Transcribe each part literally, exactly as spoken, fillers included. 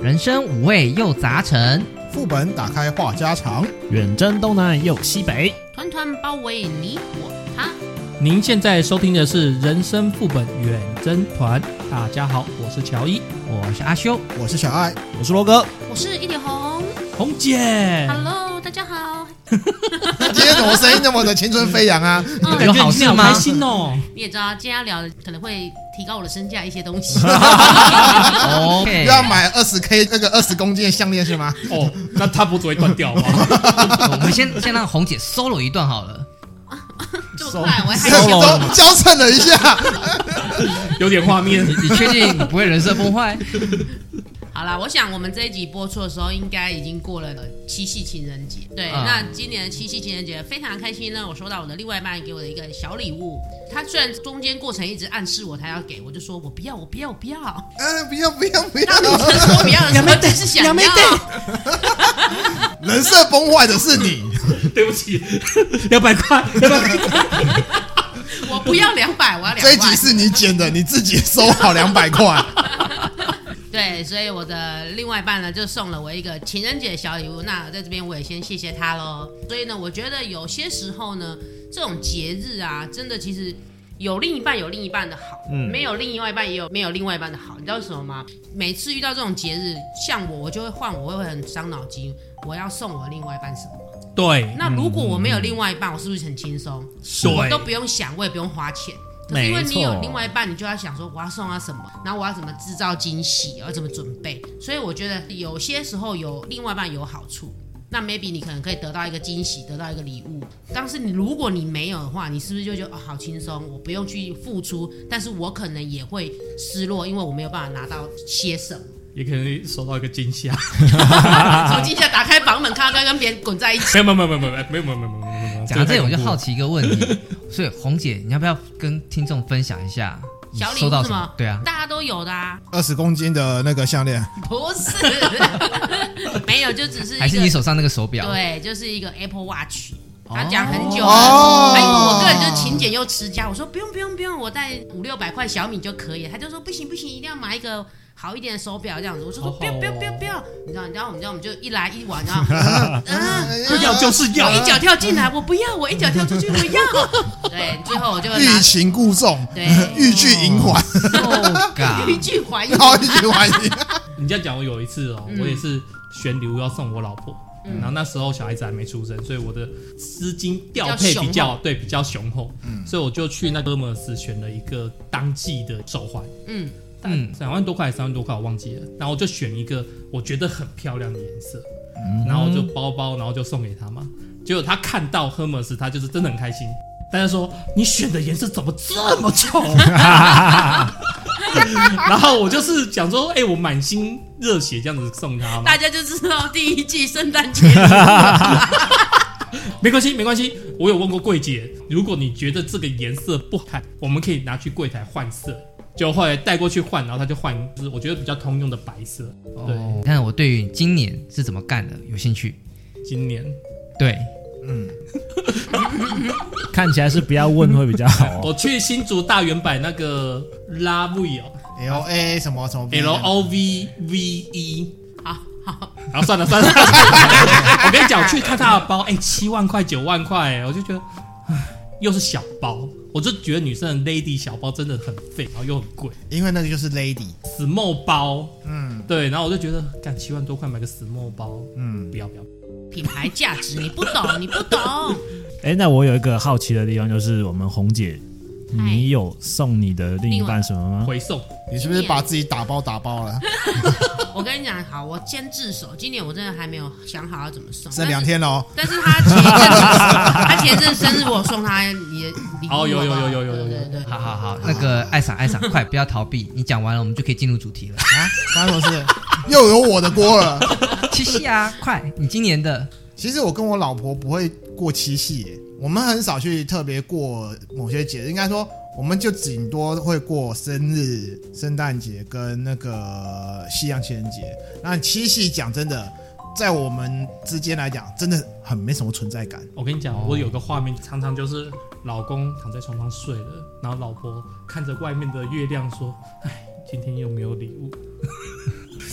人生五味又杂陈， 副本打开话家常， 远征东南又西北， 团团包围你我他。 您现在收听的是人生副本远征团。大家好，我是乔伊， 我是阿修， 我是小爱， 我是罗哥， 我是一点红。 红姐 Hello， 大家好。 今天怎么声音那么的青春飞扬啊？ 有好事吗？ 开心哦！ 你也知道，今天要聊的可能会提高我的身价一些东西。 OK， 要买二十 K 那个二十公斤的项链是吗？ 哦，那它不只会断掉吗？ 我们先先让红姐 solo 一段好了。 这么快，我还害都羞。 交衬了一下， 有点画面。 你确定你不会人设崩坏？ 好啦，我想我们这一集播出的时候，应该已经过了七夕情人节。对，嗯、那今年的七夕情人节非常开心呢。我收到我的另外一半给我的一个小礼物，他虽然中间过程一直暗示我他要给，我就说我不要，我不要，我不要。 嗯，不要不要不要。 当女生说不要的时候，就是想要。 人设崩坏的是你。 对不起，两百块，两百块。 我不要两百，我要两万。 这一集是你剪的，你自己收好两百块。 对，所以我的另外一半呢，就送了我一个情人节小礼物。那在这边我也先谢谢他咯。所以呢，我觉得有些时候呢，这种节日啊，真的其实有另一半有另一半的好，嗯、没有另外一半也有没有另外一半的好。你知道为什么吗？每次遇到这种节日，像我，我就会换，我会很伤脑筋，我要送我另外一半什么？ 对。 那如果我没有另外一半，我是不是很轻松？我都不用想，我也不用花钱。可是因为你有另外一半，你就要想说我要送他什么，然后我要怎么制造惊喜，我要怎么准备。所以我觉得有些时候有另外一半有好处，那 maybe 你可能可以得到一个惊喜，得到一个礼物。但是你如果你没有的话，你是不是就觉得、哦、好轻松，我不用去付出，但是我可能也会失落，因为我没有办法拿到些什么。 也可能收到一个惊吓， 什么惊吓？打开房门，看到跟别人滚在一起。 没有没有没有没有没有没有没有没有没有。 讲到这里，我就好奇一个问题，所以红姐，你要不要跟听众分享一下小礼物收到什么？ 对啊， 大家都有的啊。 二十公斤的那个项链？ 不是，没有，就只是一个还是你手上那个手表？ 对，就是一个 Apple Watch。他讲很久了， 哦他因为我个人就是勤俭又持家，我说不用不用不用，我带五六百块小米就可以。他就说不行不行，一定要买一个好一点的手表这样子。我就说不要不要不要不要，你知道你知道我们这样我们就一来一往，然后嗯，要就是要， 我一脚跳进来，我不要，我一脚跳出去，我要。对，最后我就欲擒故纵， 对， 欲拒还欢， 欲拒还迎， 好，欲拒还迎。 你这样讲，我有一次哦，我也是选礼物要送我老婆。嗯、然后那时候小孩子还没出生，所以我的资金调配比较对比较雄厚，嗯，所以我就去那个赫merce选了一个当季的手环，嗯嗯，两万多块还是三万多块我忘记了，然后我就选一个我觉得很漂亮的颜色，嗯、然后就包包，然后就送给他嘛。结果他看到赫merce，他就是真的很开心，大家说你选的颜色怎么这么丑？然后我就是讲说，哎、欸，我满心热血这样子送他嘛， 大家就知道第一季圣诞节。 没关系，没关系。我有问过柜姐，如果你觉得这个颜色不好看，我们可以拿去柜台换色。就后来带过去换，然后他就换，就是我觉得比较通用的白色。对， 哦、但我对于今年是怎么干的有兴趣。 今年， 对， 嗯， 看起来是不要问会比较好、哦。我去新竹大圆柏那个拉维哦 ，L A 什么什么 L O V V E， 好好， 然后算了算了，我跟你讲，我去看他的包，哎、欸，七万块九万块，我就觉得，又是小包，我就觉得女生的 lady 小包真的很废，然后又很贵， 因为那个就是 lady small 包，嗯，对，然后我就觉得，干七万多块买个 small 包，嗯，不要不要。 品牌价值你不懂，你不懂。 哎、欸，那我有一个好奇的地方，就是我们红姐，你有送你的另一半什么吗？ 回送。 你是不是把自己打包打包了？ 我跟你讲，好，我先自首。今年我真的还没有想好要怎么送， 剩两天喽。 但是他前一阵他前一阵生日，我送他你的礼物。 哦，有有有有有有对对对。 好好好，那个艾莎艾莎，快不要逃避，你讲完了，我们就可以进入主题了啊！ 发生什么事？又有我的锅了。 七夕啊，快，你今年的。 其实我跟我老婆不会过七夕耶，我们很少去特别过某些节日，应该说我们就顶多会过生日、圣诞节跟那个西洋情人节。那七夕讲真的，在我们之间来讲，真的很没什么存在感。 我跟你讲，我有个画面，常常就是老公躺在床上睡了，然后老婆看着外面的月亮说：“哎，今天又没有礼物。”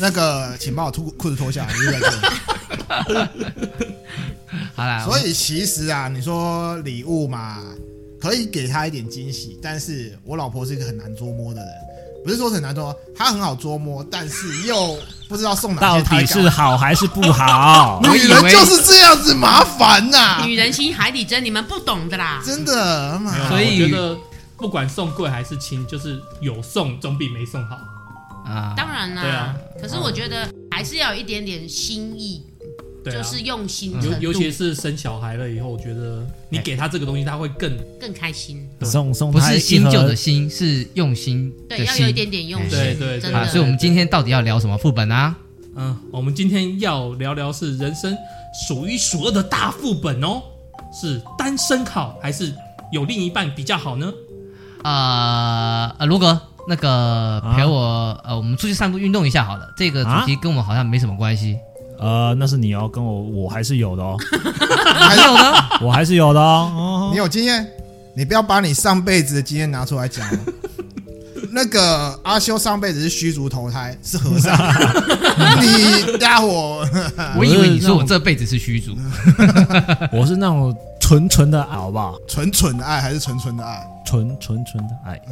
那个，请把我裤裤子脱下来，就在这。 好啦， 所以其实啊，你说礼物嘛，可以给她一点惊喜，但是我老婆是一个很难捉摸的人。不是说很难捉，她很好捉摸，但是又不知道送哪到些胎底是好还是不好？ 女人就是这样子麻烦呐、啊， 女人心海底针，你们不懂的啦， 真的。 所以我觉得不管送贵还是轻，就是有送总比没送好啊。 当然啦， 对啊。 可是我觉得还是要有一点点心意。 对啊、 就是用心程度， 尤尤其是生小孩了以后，我觉得你给他这个东西，他会更更开心。 送送不是新旧的心，是用心的心， 对，要有一点点用心。 对对对， 啊，所以我们今天到底要聊什么副本啊？ 嗯，我们今天要聊聊是人生数一数二的大副本哦，是单身好还是有另一半比较好呢？ 呃呃，罗格，那个陪我、啊、呃，我们出去散步运动一下好了。这个主题跟我们好像没什么关系。 呃，那是你哦，跟我我还是有的哦， 还有呢， 我还是有的哦。 你有经验，你不要把你上辈子的经验拿出来讲哦。那个阿修上辈子是虚竹投胎，是和尚。你家伙， 我以为你说我这辈子是虚竹， 我是那种纯纯的爱，好不好？ 纯纯的爱还是纯纯的爱？ 纯纯纯的爱。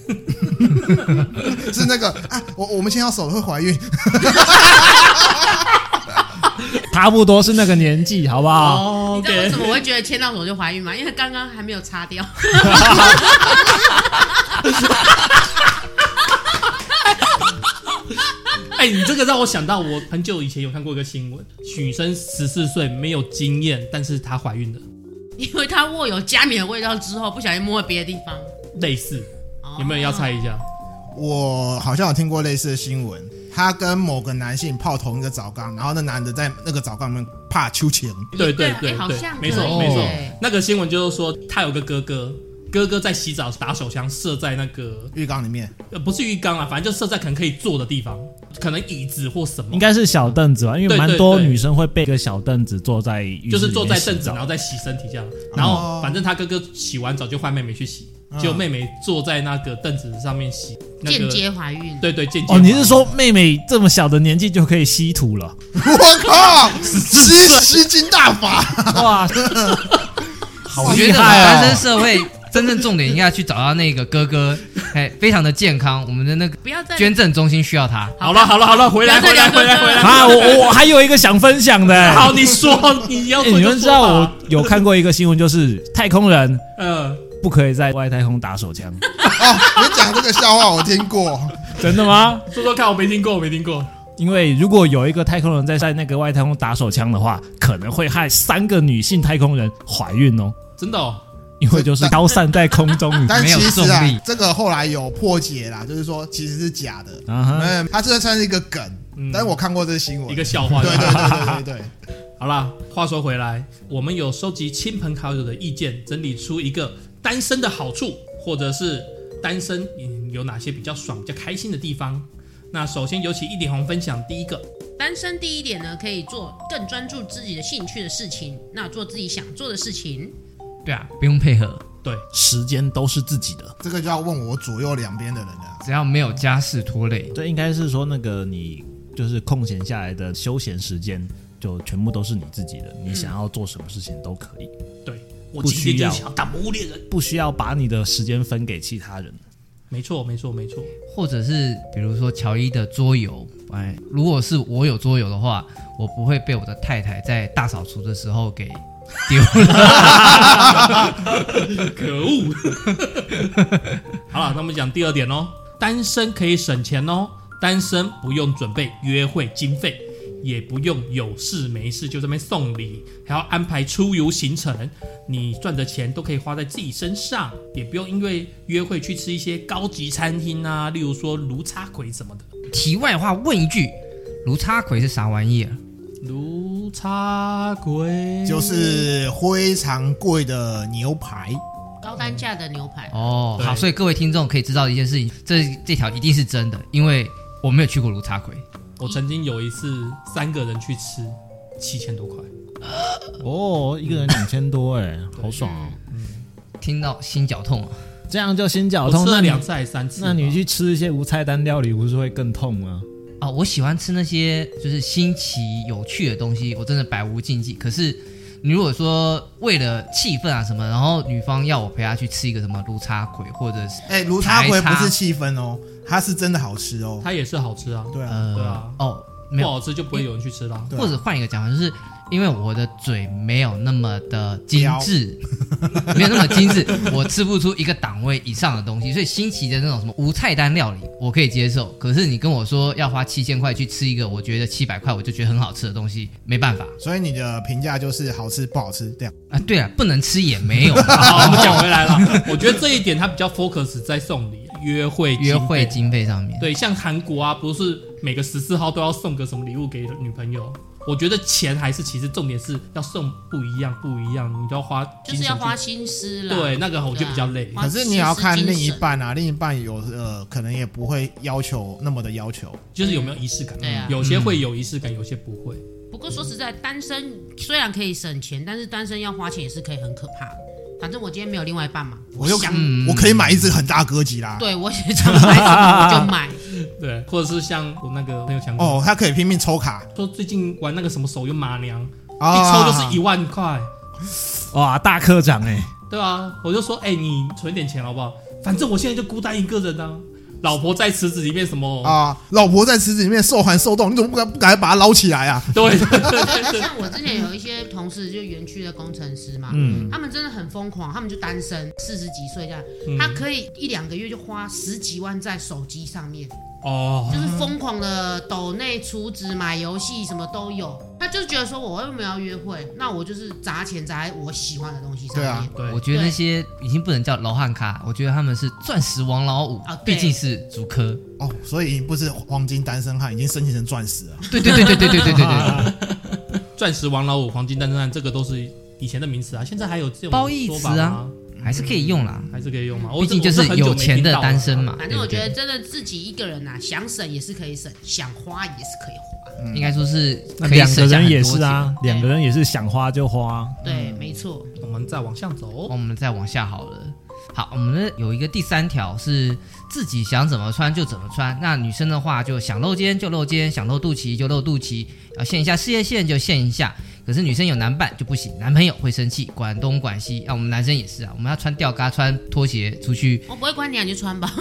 是那个啊，我我们牵到手会怀孕。 差不多是那个年纪，好不好？ Oh, okay. 你知道为什么我会觉得牵到手就怀孕吗？因为刚刚还没有擦掉。 哎、欸，你这个让我想到，我很久以前有看过一个新闻，女生十四岁没有经验，但是她怀孕了， 因为她握有加冕的味道之后，不小心摸了别的地方。 类似，有没有人要猜一下？ 我好像有听过类似的新闻。他跟某个男性泡同一个澡缸，然后那男的在那个澡缸里面怕秋千。 对对对对，没错没错。那个新闻就是说，他有个哥哥，哥哥在洗澡打手枪射在那个浴缸里面， 呃，不是浴缸啊，反正就射在可能可以坐的地方，可能椅子或什么。 应该是小凳子吧，因为蛮多女生会备一个小凳子坐在浴室里面洗澡， 就是坐在凳子，然后再洗身体这样。然后反正他哥哥洗完澡就换妹妹去洗。结果妹妹坐在那个凳子上面洗，那个、 间接怀孕。 对对，间接怀孕。 哦，你是说妹妹这么小的年纪就可以吸土了？ 我靠，吸吸金大法！ 哇，好厉害哦！我觉得单身社会真正重点应该去找到那个哥哥，哎，非常的健康。我们的那个捐赠中心需要他。 好了好了好了，回来回来回来回来！ 啊，我我还有一个想分享的。 好，你说你要、欸。 你们知道我有看过一个新闻，就是太空人， 嗯。 不可以在外太空打手枪。 哦，你讲这个笑话我听过， 真的吗？ 说说看，我没听过，我没听过。 因为如果有一个太空人在在那个外太空打手枪的话，可能会害三个女性太空人怀孕哦。 真的哦， 因为就是高散在空中， 但没有其实啊，这个后来有破解啦，就是说其实是假的。嗯、uh-huh ，它这算是一个梗，嗯、但是我看过这个新闻， 一个笑话。 对对对对对对。 好啦，话说回来，我们有收集亲朋好友的意见，整理出一个单身的好处，或者是单身有哪些比较爽、比较开心的地方。那首先有请一点红分享第一个。 单身第一点呢，可以做更专注自己的兴趣的事情，那做自己想做的事情。 对啊，不用配合。 对， 时间都是自己的。 这个就要问我左右两边的人了。 只要没有家事拖累。 对，应该是说那个你就是空闲下来的休闲时间，就全部都是你自己的，你想要做什么事情都可以。 嗯、对，我今天就想当魔物猎人， 不需要把你的时间分给其他人。 没错，没错，没错。或者是比如说乔伊的桌游，哎，如果是我有桌游的话，我不会被我的太太在大扫除的时候给丢了。 可恶！好了，那我们讲第二点哦，单身可以省钱哦，单身不用准备约会经费。也不用有事没事就这边送礼，还要安排出游行程，你赚的钱都可以花在自己身上，也不用因为约会去吃一些高级餐厅啊，例如说卢叉葵什么的。 题外话问一句，卢叉葵是啥玩意儿？ 卢叉葵就是非常贵的牛排， 高单价的牛排。 哦，好，所以各位听众可以知道一件事情，这这条一定是真的，因为我没有去过卢叉葵。 我曾经有一次三个人去吃，七千多块。 哦，一个人两千多哎，好爽哦！ 嗯，听到心绞痛啊！ 这样就心绞痛。 我吃了两次还是三次？ 那你去吃一些无菜单料理，不是会更痛吗？ 哦，我喜欢吃那些就是新奇有趣的东西，我真的百无禁忌。可是你如果说为了气氛啊什么，然后女方要我陪她去吃一个什么卢叉葵，或者是哎，卢叉葵不是气氛哦，它是真的好吃哦， 它也是好吃啊。 对啊， 呃对啊， 哦，没有不好吃就不会有人去吃啦。 对啊或者换一个讲法，就是因为我的嘴没有那么的精致，没有那么精致，我吃不出一个档位以上的东西，所以新奇的那种什么无菜单料理我可以接受。可是你跟我说要花七千块去吃一个我觉得七百块我就觉得很好吃的东西，没办法所以你的评价就是好吃不好吃这样啊。对了，不能吃也没有。 好，我们讲回来了，我觉得这一点它比较 focus 在送礼、约会、 约会经费上面。 对，像韩国啊，不是每个十四号都要送个什么礼物给女朋友？我觉得钱还是其实重点是要送不一样，不一样，你都要花就是要花心思啦。 对，那个我就比较累。 可是你也要看另一半啊，另一半有呃，可能也不会要求那么的要求， 就是有没有仪式感。 对啊， 有些会有仪式感，有些不会。 不过说实在，单身虽然可以省钱，但是单身要花钱也是可以很可怕的。反正我今天没有另外一半嘛， 我就想、 嗯、我可以买一只很大哥吉拉， 对我想买什么我就买， 对，或者是像我那个朋友讲过， 哦，他可以拼命抽卡， 说最近玩那个什么手游马娘， 啊、 一抽就是一万块， 哇，大科长哎、欸， 对啊，我就说，哎、欸，你存点钱好不好？反正我现在就孤单一个人啊。老婆在池子里面什么啊？老婆在池子里面受寒受冻，你怎么不敢不敢把它捞起来啊？ 对， 像我之前有一些同事，就园区的工程师嘛， 嗯， 他们真的很疯狂，他们就单身，四十几岁这样， 嗯、 他可以一两个月就花十几万在手机上面， 哦， 就是疯狂的抖内储值、买游戏什么都有。他就是觉得说，我又没有要约会，那我就是砸钱砸在我喜欢的东西上面。 对啊， 对， 我觉得那些已经不能叫老汉咖，我觉得他们是钻石王老五， 啊、 毕竟是竹科。 哦，所以已经不是黄金单身汉，已经升级成钻石了。 对对对对对对对对对， 钻石王老五、黄金单身汉，这个都是以前的名词啊，现在还有这种褒义词啊，还是可以用啦， 还是可以用嘛。 毕竟就是有钱的单身嘛。 反正我觉得真的自己一个人啊，想省也是可以省，想花也是可以花。 嗯、应该说是可以两个人也省是啊，两个人也是想花就花。 对，没错。 我们再往下走， 我们再往下好了。好，我们有一个第三条是自己想怎么穿就怎么穿。那女生的话就想露肩就露肩，想露肚脐就露肚脐，要现一下事业线就现一下。可是女生有男伴就不行，男朋友会生气，管东管西。啊，我们男生也是啊，我们要穿吊嘎、穿拖鞋出去。 我不会管你啊，你就穿吧。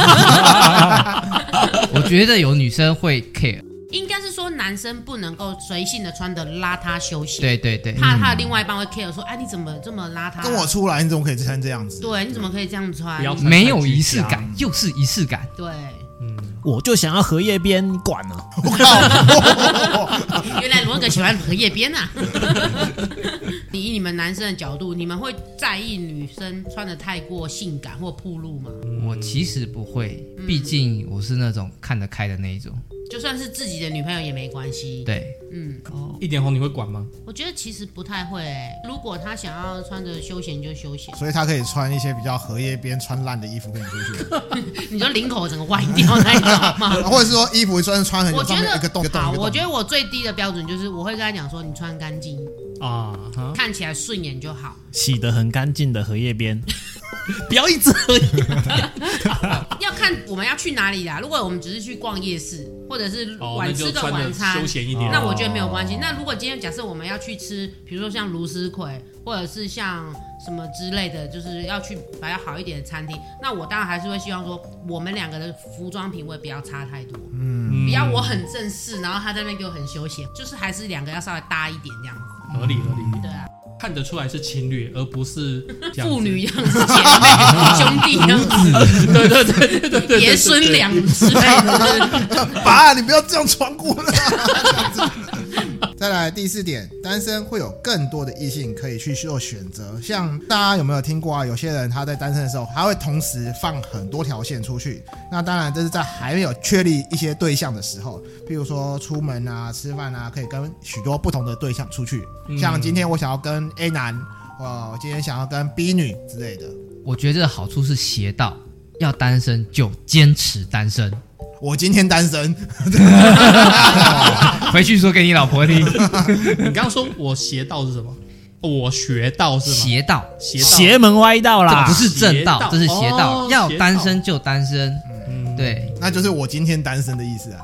我觉得有女生会 care。 应该是说男生不能够随性的穿的邋遢休闲， 对对对， 怕他的另外一半会 care 说，哎，你怎么这么邋遢？ 跟我出来，你怎么可以穿这样子？ 对，你怎么可以这样穿？ 没有仪式感，又是仪式感。 对， 嗯，我就想要荷叶边，你管啊！ 我靠， 原来罗哥喜欢荷叶边啊！以你们男生的角度，你们会在意女生穿的太过性感或暴露吗？ 我其实不会，毕竟我是那种看得开的那一种。 就算是自己的女朋友也没关系。 对， 嗯， 哦，一点红你会管吗？ 我觉得其实不太会、欸。如果他想要穿着休闲就休闲， 所以他可以穿一些比较荷叶边、穿烂的衣服跟你出去。你说领口整个歪掉那一种吗？ 或者是说衣服穿穿很久， 我觉得一个洞一个洞。 好，我觉得我最低的标准就是我会跟他讲说，你穿干净啊， 看起来顺眼就好， 洗得很干净的荷叶边。不要一直荷叶要看我们要去哪里啦。如果我们只是去逛夜市，或者是晚吃个晚餐， 休闲一点， 那我觉得没有关系。那如果今天假设我们要去吃，比如说像芦丝葵，或者是像什么之类的，就是要去比较好一点的餐厅，那我当然还是会希望说，我们两个的服装品味不要差太多。嗯，不要我很正式，然后他在那边给我很休闲，就是还是两个要稍微搭一点这样子。 合理合理。 对啊。 看得出来是情侣，而不是父女样子、姐妹、兄弟样子， 对对对对对对， 爷孙两之类的。 爸，你不要这样穿过来。再来第四点，单身会有更多的异性可以去做选择。像大家有没有听过啊？有些人他在单身的时候，他会同时放很多条线出去。那当然这是在还没有确立一些对象的时候，譬如说出门啊、吃饭啊，可以跟许多不同的对象出去。嗯、像今天我想要跟 A 男，我今天想要跟 B 女之类的。 我觉得这个好处是邪道，要单身就坚持单身。 我今天单身， 回去说给你老婆听。 你刚刚说我邪道是什么？我学道是吗？ 邪道， 邪道， 邪门歪道啦， 这不是正道，这是邪道。 哦、 要单身就单身，嗯，对， 那就是我今天单身的意思啊。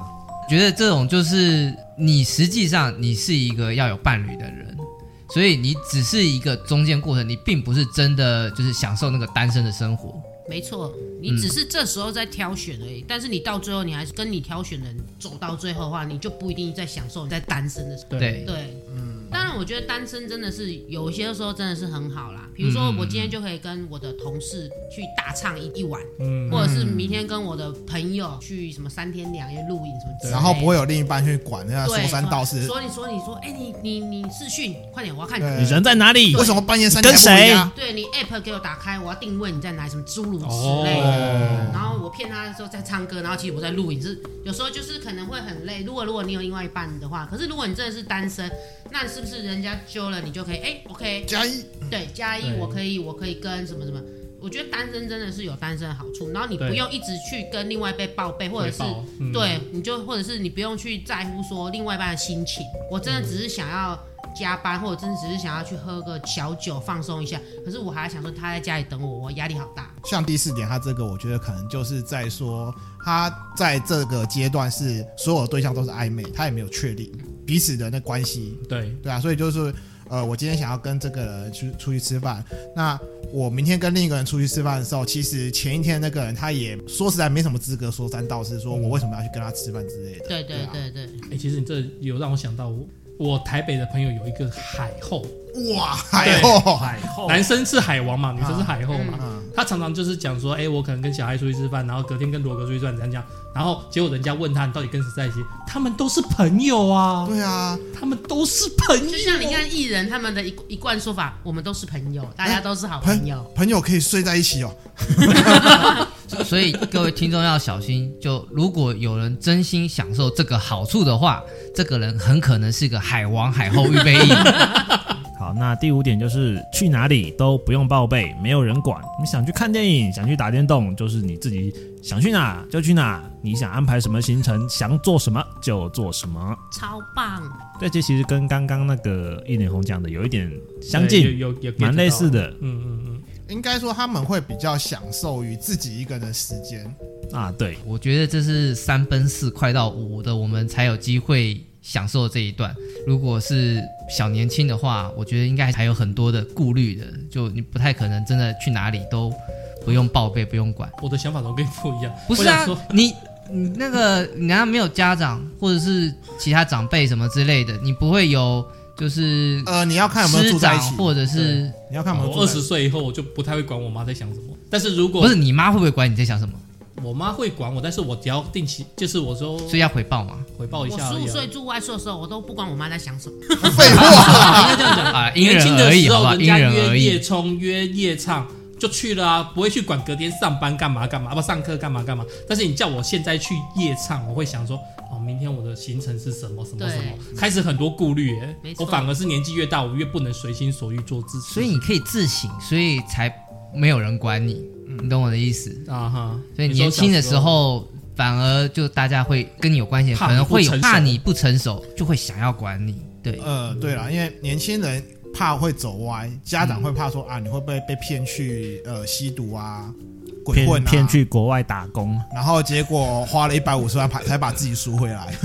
觉得这种就是你实际上你是一个要有伴侣的人，所以你只是一个中间过程，你并不是真的就是享受那个单身的生活。 没错，你只是这时候在挑选而已、嗯、但是你到最后你还是跟你挑选人走到最后的话，你就不一定在享受你在单身的时候。 对对，嗯，当然我觉得单身真的是有些时候真的是很好啦，比如说我今天就可以跟我的同事去大唱 一, 一晚、嗯、或者是明天跟我的朋友去什么三天两夜露营什么之类的， 然后不会有另一半去管那说三道四， 说你说你说哎、欸、你你你视讯快点我要看你你人在哪里， 为什么半夜三点跟谁， 对，你 app 给我打开，我要定位你在哪里，什么诸如此类的、哦、然后我骗他的时候在唱歌，然后其实我在录影，是有时候就是可能会很累，如果如果你有另外一半的话，可是如果你真的是单身，那是不是人家揪了你就可以哎、欸、OK 加一， 对加一，我可以我可以跟什么什么，我觉得单身真的是有单身的好处，然后你不用一直去跟另外一半报备，或者是、嗯、对，你就或者是你不用去在乎说另外一半的心情，我真的只是想要加班，或者真的只是想要去喝个小酒放松一下，可是我还想说他在家里等我，我压力好大。 像第四点，他这个我觉得可能就是在说，他在这个阶段是所有的对象都是暧昧，他也没有确定彼此的那关系。 对对啊，所以就是呃，我今天想要跟这个人去出去吃饭，那我明天跟另一个人出去吃饭的时候，其实前一天那个人他也说实在没什么资格说三道四，说我为什么要去跟他吃饭之类的。 对对对对。 哎、欸，其实你这有让我想到我。我台北的朋友有一个海后， 哇，海后， 海后， 男生是海王嘛，女生是海后嘛。 嗯、 他常常就是讲说，哎、欸，我可能跟小孩出去吃饭，然后隔天跟罗格出去吃饭，这样讲，然后结果人家问他你到底跟谁在一起，他们都是朋友啊。 对啊， 他们都是朋友。 就像你看艺人他们的一一贯说法，我们都是朋友，大家都是好朋友， 朋, 朋友可以睡在一起哦。 所以各位听众要小心，就如果有人真心享受这个好处的话，这个人很可能是个海王海后预备役。 好，那第五点就是去哪里都不用报备，没有人管。你想去看电影，想去打电动，就是你自己想去哪就去哪，你想安排什么行程，想做什么就做什么， 超棒。 对，这其实跟刚刚那个一脸红讲的有一点相近， 有有蛮类似的。 嗯嗯嗯。 应该说他们会比较享受于自己一个人的时间啊，对， 我觉得这是三奔四快到五的我们才有机会享受这一段。如果是小年轻的话，我觉得应该还有很多的顾虑的，就你不太可能真的去哪里都不用报备不用管。 我的想法都跟你不一样。 不是啊，你你那个你难道没有家长或者是其他长辈什么之类的，你不会有就是呃，你要看有没有住在一起， 或者是你要看有没有住在一起。 我二十岁以后，我就不太会管我妈在想什么。但是如果不是你妈会不会管你在想什么？ 我妈会管我，但是我只要定期，就是我说， 所以要回报嘛， 回报一下而已、啊。 我十五岁住外宿的时候，我都不管我妈在想什么。 废话， 应该这样讲啊，因人而异，好吧，因人而异。 约夜冲，约夜唱。就去了啊，不会去管隔天上班干嘛干嘛，不上课干嘛干嘛。但是你叫我现在去夜唱，我会想说，哦，明天我的行程是什么什么什么，开始很多顾虑耶。我反而是年纪越大，我越不能随心所欲做自己。 所以你可以自省，所以才没有人管你，嗯、你懂我的意思啊哈。 所以年轻的时候，反而就大家会跟你有关系，可能会有怕你不成熟，就会想要管你。对， 呃，对啦，因为年轻人怕会走歪，家长会怕说、嗯、啊，你会不会被骗去呃吸毒啊、鬼混啊， 骗去国外打工， 然后结果花了一百五十万才把自己赎回来。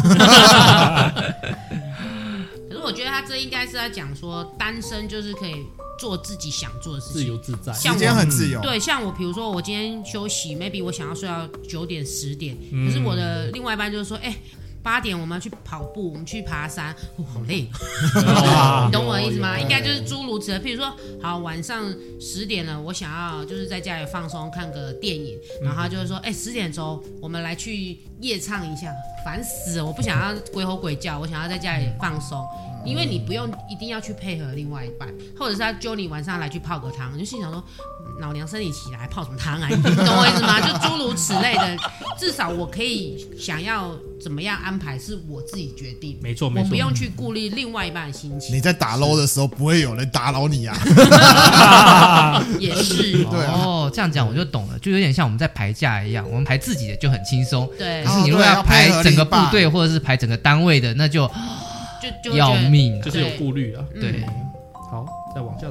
可是我觉得他这应该是在讲说，单身就是可以做自己想做的事情， 自由自在， 时间很自由。 对，像我，比如说我今天休息 ，maybe 我想要睡到九点十点、嗯，可是我的另外一半就是说，哎、欸。八点我们要去跑步，我们去爬山，哦、好累、哦，你懂我的意思吗？应该就是诸如此类。譬如说，好，晚上十点了，我想要就是在家里放松，看个电影，然后他就会说，哎、欸，十点钟我们来去夜唱一下，烦死了，我不想要鬼吼鬼叫，我想要在家里放松。因为你不用一定要去配合另外一半，或者是他揪你晚上来去泡个汤，你就心想说，老娘生你起来泡什么汤啊？你懂我意思吗？就诸如此类的，至少我可以想要怎么样安排是我自己决定， 没错没错， 我不用去顾虑另外一半的心情。 你在打 low 的时候不会有人打扰你啊， 也是对啊。 哦，这样讲我就懂了，就有点像我们在排假一样，我们排自己的就很轻松， 对。 可是你如果要排整个部队或者是排整个单位的，那就。 就就要命， 就是有顾虑了。 对、 嗯，好，再往下走。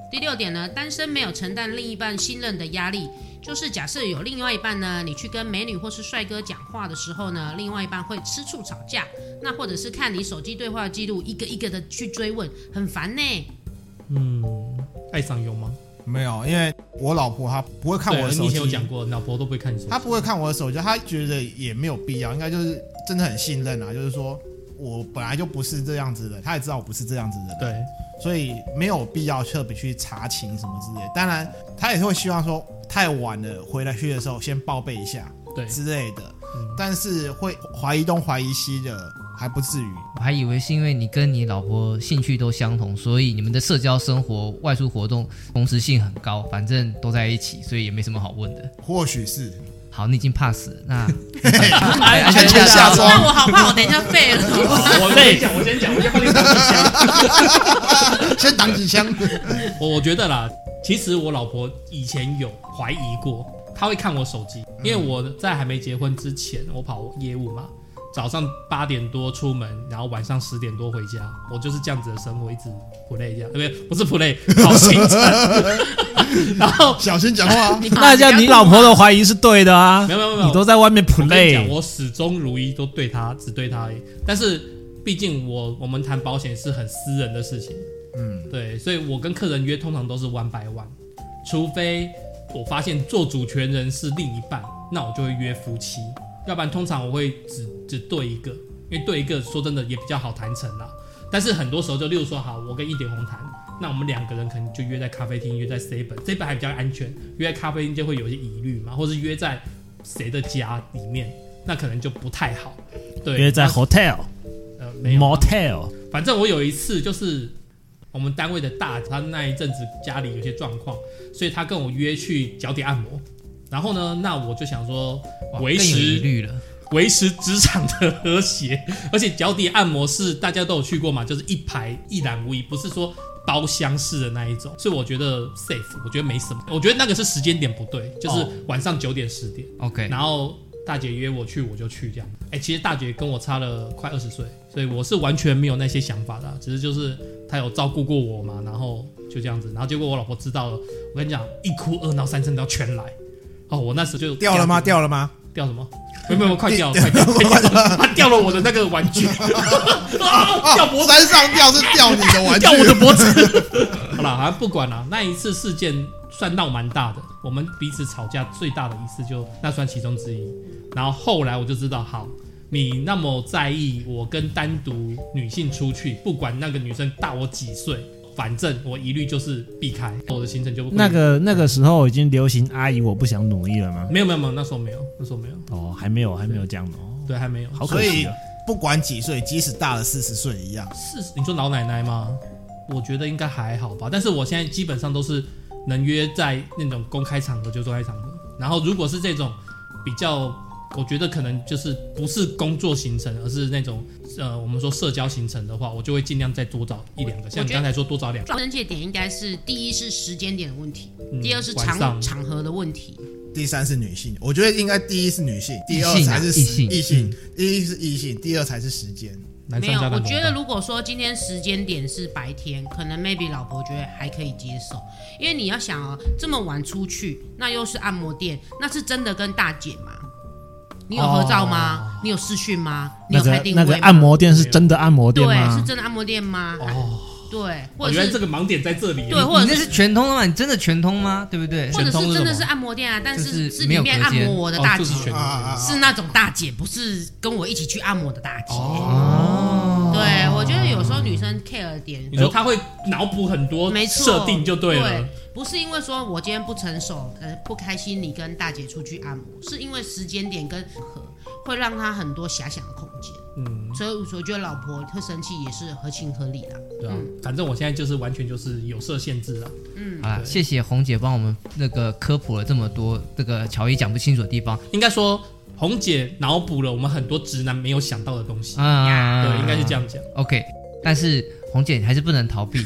第六点呢，单身没有承担另一半信任的压力，就是假设有另外一半呢，你去跟美女或是帅哥讲话的时候呢，另外一半会吃醋吵架，那或者是看你手机对话记录，一个一个的去追问，很烦呢。 嗯，爱上有吗？ 没有，因为我老婆她不会看我的手机。 你以前有讲过，老婆都不会看你手机。 她不会看我的手机，她觉得也没有必要，应该就是真的很信任啊，就是说我本来就不是这样子的，她也知道我不是这样子的， 对， 所以没有必要特别去查情什么之类的。当然，她也会希望说太晚了回来去的时候先报备一下，对之类的。嗯、但是会怀疑东怀疑西的。还不至于， 我还以为是因为你跟你老婆兴趣都相同，所以你们的社交生活、外出活动同时性很高，反正都在一起，所以也没什么好问的。 或许是。 好，你已经 pass 了，那安全下装。 那我好怕，我等一下废了。 我先讲，我先讲，我先帮你挡几枪。 先挡几枪。 我我觉得啦，其实我老婆以前有怀疑过，她会看我手机，因为我在还没结婚之前，我跑业务嘛。早上八点多出门，然后晚上十点多回家，我就是这样子的生活，一直 play 这样，对不对？不是 play， 跑行程。然后小心讲话， 那这样你老婆的怀疑是对的啊。 没有没有没有， 你都在外面 play， 我, 我始终如一，都对他，只对他而已。但是毕竟我我们谈保险是很私人的事情，嗯，对，所以我跟客人约通常都是 one by one， 除非我发现做主权人是另一半，那我就会约夫妻。要不然通常我会只只对一个，因为对一个说真的也比较好谈成啦。但是很多时候就例如说，好，我跟一点红谈，那我们两个人可能就约在咖啡厅，约在 seven，seven 还比较安全，约在咖啡厅就会有一些疑虑嘛，或是约在谁的家里面，那可能就不太好。对， 约在 hotel， 呃，没有 motel。 反正我有一次就是我们单位的大姐，她那一阵子家里有些状况，所以她跟我约去脚底按摩。然后呢，那我就想说维持维持职场的和谐，而且脚底按摩是大家都有去过嘛，就是一排一览无遗，不是说包厢式的那一种，所以我觉得 safe， 我觉得没什么。我觉得那个是时间点不对，就是晚上九点十点 ，OK。 然后大姐约我去，我就去这样。哎，其实大姐跟我差了快二十岁，所以我是完全没有那些想法的，只是就是她有照顾过我嘛，然后就这样子。然后结果我老婆知道了，我跟你讲，一哭二闹三上吊全来。哦，我那时就掉了吗？掉了吗？ 掉什么？没有没有，快掉了，快掉了！快掉了他掉了我的那个玩具，啊、掉脖子， 山上掉是掉你的玩具， 掉我的脖子。好啦，好像不管啦，那一次事件算闹蛮大的，我们彼此吵架最大的一次就那算其中之一。然后后来我就知道，好，你那么在意我跟单独女性出去，不管那个女生大我几岁。反正我一律就是避开，我的行程就不那个那个时候已经流行阿姨我不想努力了吗？ 没有没有没有，那时候没有，那时候没有哦，还没有还没有这样的哦， 对，还没有， 好可惜啊。 不管几岁，即使大了四十岁一样。 四十，你说老奶奶吗？我觉得应该还好吧。但是我现在基本上都是能约在那种公开场合就公开场合，然后如果是这种比较。我觉得可能就是不是工作行程，而是那种呃，我们说社交行程的话，我就会尽量再多找一两个。像你刚才说多找两个。 症结点应该是第一是时间点的问题，嗯、第二是场场合的问题， 第三是女性。我觉得应该第一是女性，第二才是异性。 异性，第一是异性，第二才是时间。 没有，我觉得如果说今天时间点是白天，可能 maybe 老婆觉得还可以接受，因为你要想哦，这么晚出去，那又是按摩店，那是真的跟大姐吗？你有合照吗？哦、你有视讯吗？你有开定位吗？ 那个、那个按摩店是真的按摩店吗？ 对，是真的按摩店吗？哦，对，或者是、 哦、原来这个盲点在这里。 对，或者是你那是全通的吗？你真的全通吗？对不对？ 或者是真的是按摩店啊，但是是里面按摩我的大姐， 哦、 是那种大姐，不是跟我一起去按摩的大姐。哦，对，我觉得有时候女生 care 的点， 你说她会脑补很多设定就对了。 对，不是因为说我今天不成熟，呃，不开心，你跟大姐出去按摩，是因为时间点跟合会让她很多遐想的空间。嗯，所以我觉得老婆会生气也是合情合理的。 对啊，嗯、反正我现在就是完全就是有设限制了。 嗯，好啦，谢谢红姐帮我们那个科普了这么多这个乔伊讲不清楚的地方。 应该说红姐脑补了我们很多直男没有想到的东西。啊，对，应该是这样讲。 OK， 但是红姐还是不能逃避。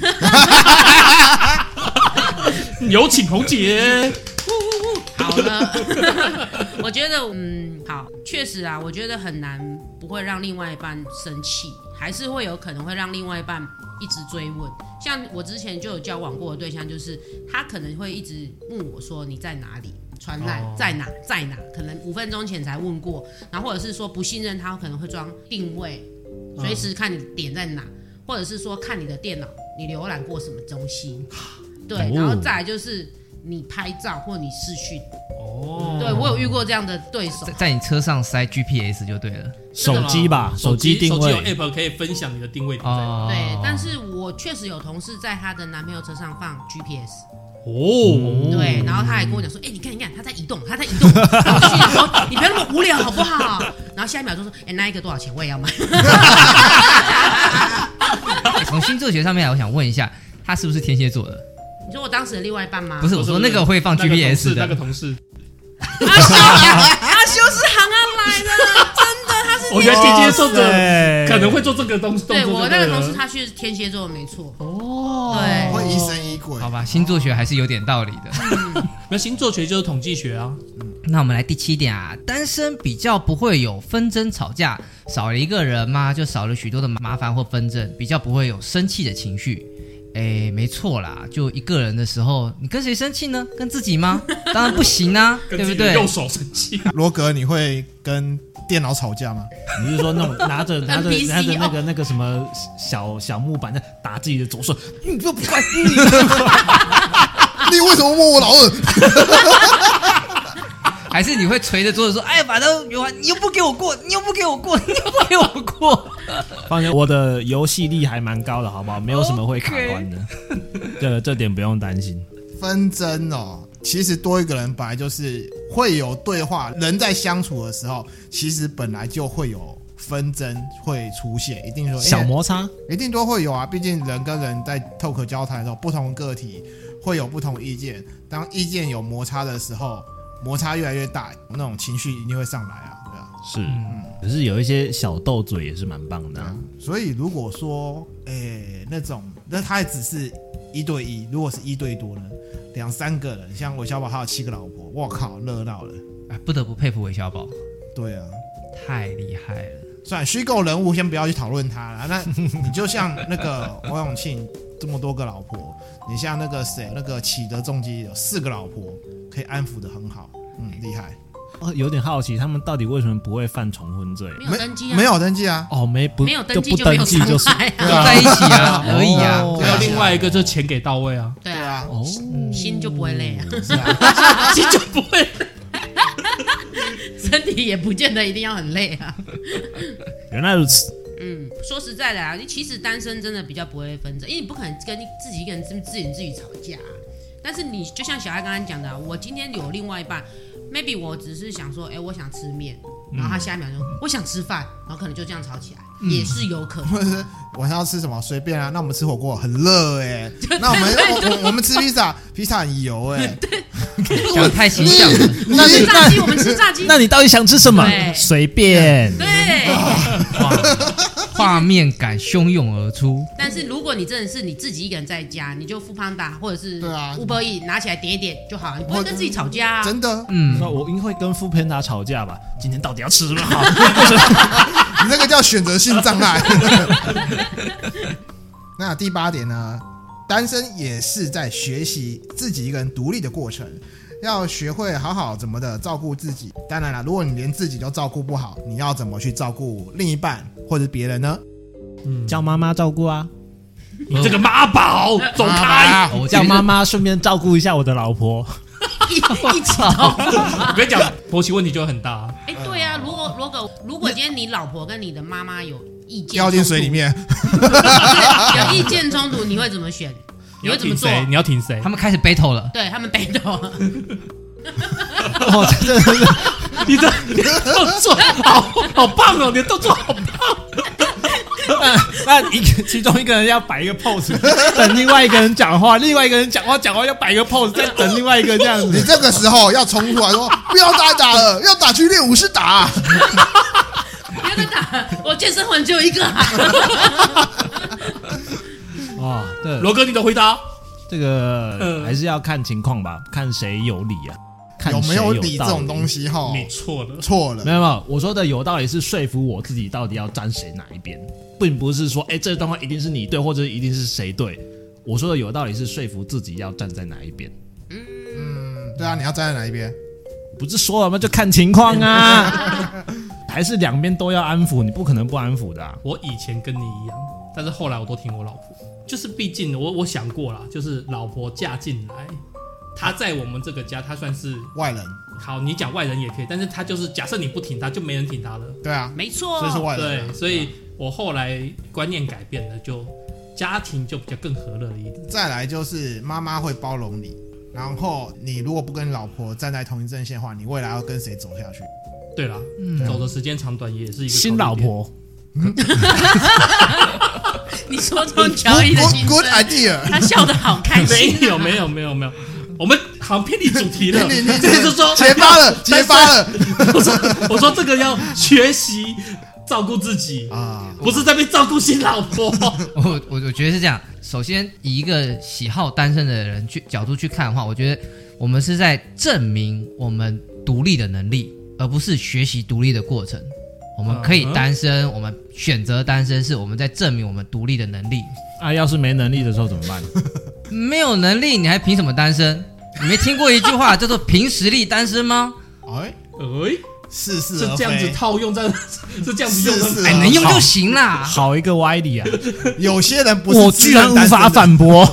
有请红姐。 好了，我觉得嗯，好，确实啊，我觉得很难不会让另外一半生气，还是会有可能会让另外一半一直追问。像我之前就有交往过的对象，就是他可能会一直问我说你在哪里，传来、哦、在哪在哪，可能五分钟前才问过，然后或者是说不信任他，可能会装定位，随时看你点在哪，嗯、或者是说看你的电脑你浏览过什么东西，对，哦、然后再来就是你拍照或你视讯。哦，对我有遇过这样的对手， 在, 在你车上塞 G P S 就对了， 手机吧，手机定位， 手机有 app 可以分享你的定位点在哪。 哦、对，但是我确实有同事在她的男朋友车上放 G P S。 哦， 对，然后他还跟我讲说，哎、欸，你看，你看，他在移动，他在移动。然后我就心想说，你不要那么无聊好不好？然后下一秒就说，哎、欸，那一个多少钱？我也要买。 从星座学上面来，我想问一下，他是不是天蝎座的？ 你说我当时的另外一半吗？ 不是，我说那个会放 G P S 的那个同事， 阿修，阿修是行安来的，真的，他是。 我觉得天蝎座的可能会做这个东西。 对我那个同事，他是天蝎座的，没错。哦，对， 会疑神疑鬼。 好吧，星座学还是有点道理的。 嗯，那星座学就是统计学啊。 嗯，那我们来第七点啊，单身比较不会有纷争吵架，少了一个人嘛，就少了许多的麻烦或纷争，比较不会有生气的情绪。哎，没错啦，就一个人的时候，你跟谁生气呢？跟自己吗？当然不行啊，对不对？ 右手生气。 罗格，你会跟电脑吵架吗？ 你是说那种拿着拿着拿着那个那个什么小小木板在打自己的左手？你不管你， 你为什么摸我老二？ 还是你会捶着桌子说：“哎，把它有完，你又不给我过，你又不给我过，你又不给我过。” 放心，我的游戏力还蛮高的，好不好？没有什么会卡关的， okay. 这这点不用担心。 纷争哦，其实多一个人本来就是会有对话，人在相处的时候，其实本来就会有纷争会出现，一定说小摩擦， 一定都会有啊。毕竟人跟人在 talk 交谈的时候，不同个体会有不同意见，当意见有摩擦的时候。摩擦越来越大，那种情绪一定会上来啊，对啊， 是，嗯，可是有一些小斗嘴也是蛮棒的、啊啊。所以如果说，诶、欸，那种，那他也只是一对一，如果是一对多呢，两三个人，像韦小宝他有七个老婆，我靠，热闹了， 哎，不得不佩服韦小宝。 对啊， 太厉害了。 算虚构人物，先不要去讨论他了。那你就像那个王永庆这么多个老婆，你像那个谁，那个启德重机有四个老婆。可以安抚得很好，嗯，厉害。 哦，有点好奇，他们到底为什么不会犯重婚罪？ 没有登记啊， 没有登记啊。 哦，没不没有登记就不登记就是、 啊、 就在一起啊，而已啊。 还有另外一个，就是钱给到位啊。 对啊，哦，心就不会累啊， 是啊， 心就不会累， 身体也不见得一定要很累啊。 原来如此。 嗯，说实在的啊，其实单身真的比较不会纷争，因为你不可能跟自己一个人自言自语吵架、啊。但是你就像小爱刚刚讲的、啊，我今天有另外一半 ，maybe 我只是想说，哎、欸，我想吃面，然后他下一秒就、嗯、我想吃饭，然后可能就这样吵起来，嗯、也是有可能。 或者是晚上要吃什么随便啊，那我们吃火锅很热哎、欸，那我们我我们吃披萨，披萨很油哎、欸， 讲得太形象了。 那你炸鸡，我们吃炸鸡， 那你到底想吃什么？随便。 对。 画面感汹涌而出。 但是如果你真的是你自己一个人在家，你就Foodpanda或者是 Uber Eats拿起来点一点就好，你不会跟自己吵架啊。 真的， 嗯，我应该会跟Foodpanda吵架吧？今天到底要吃什么好？ 你那个叫选择性障碍。那第八点呢？单身也是在学习自己一个人独立的过程。要学会好好怎么的照顾自己。当然了，如果你连自己都照顾不好，你要怎么去照顾另一半或者别人呢？ 嗯，叫妈妈照顾啊！ 你这个妈宝，走开！ 我叫妈妈，顺便照顾一下我的老婆。 一一起照顾。 我跟你讲，婆媳问题就很大。 哎、欸，对啊，如果如果如果今天你老婆跟你的妈妈有意见， 掉进水里面， 有意见冲突，你会怎么选？ 你会怎么做？你要挺谁？ 他们开始 battle 了。 对他们 battle 了。 哦，真的是， 你的动作好好棒哦！你的动作好棒。 那那一个其中一个人要摆一个 pose， 等另外一个人讲话，另外一个人讲话讲话要摆一个 pose， 再等另外一个这样子。 你这个时候要冲出来说：“不要再打了，要打去练武士打。” 不要再打，我健身环只有一个、啊。 哇，对， 罗哥，你的回答， 这个、呃、还是要看情况吧，看谁有理啊。 看有没有理这谁有道理种东西哈？ 你错了， 错了没，有没有，我说的有道理是说服我自己到底要站谁哪一边，并不是说哎、欸、这个状况一定是你对，或者一定是谁对。我说的有道理是说服自己要站在哪一边。 嗯，对啊，你要站在哪一边？ 不是说了吗？就看情况啊，还是两边都要安抚，你不可能不安抚的啊。 我以前跟你一样，但是后来我都听我老婆，就是毕竟我我想过啦，就是老婆嫁进来，她在我们这个家，她算是外人， 好，你讲外人也可以，但是她就是假设你不挺她，就没人挺她了。 对啊， 没错， 所以是外人啊。 对，所以我后来观念改变了，就家庭就比较更和乐一点。 再来就是妈妈会包容你，然后你如果不跟老婆站在同一阵线的话，你未来要跟谁走下去？ 对啦， 嗯走的时间长短也是一个新老婆， 你说中乔伊的 Good 心 good 声， idea。 他笑得好开心、啊。 没有没有没有没有，我们好像偏离主题了。 你你这个就说结巴了，结巴了我说我说这个要学习照顾自己啊！ 不是在被照顾新老婆。 我我我觉得是这样。首先，以一个喜好单身的人去角度去看的话，我觉得我们是在证明我们独立的能力，而不是学习独立的过程。我们可以单身，嗯、我们选择单身，是我们在证明我们独立的能力。 啊，要是没能力的时候怎么办？ 没有能力，你还凭什么单身？你没听过一句话叫做“凭实力单身”吗？ 哎哎， 似是是这样子套用在，是这样子用的， 哎，能用就行啦。 好一个歪理啊！ 有些人不是， 我居然无法反驳。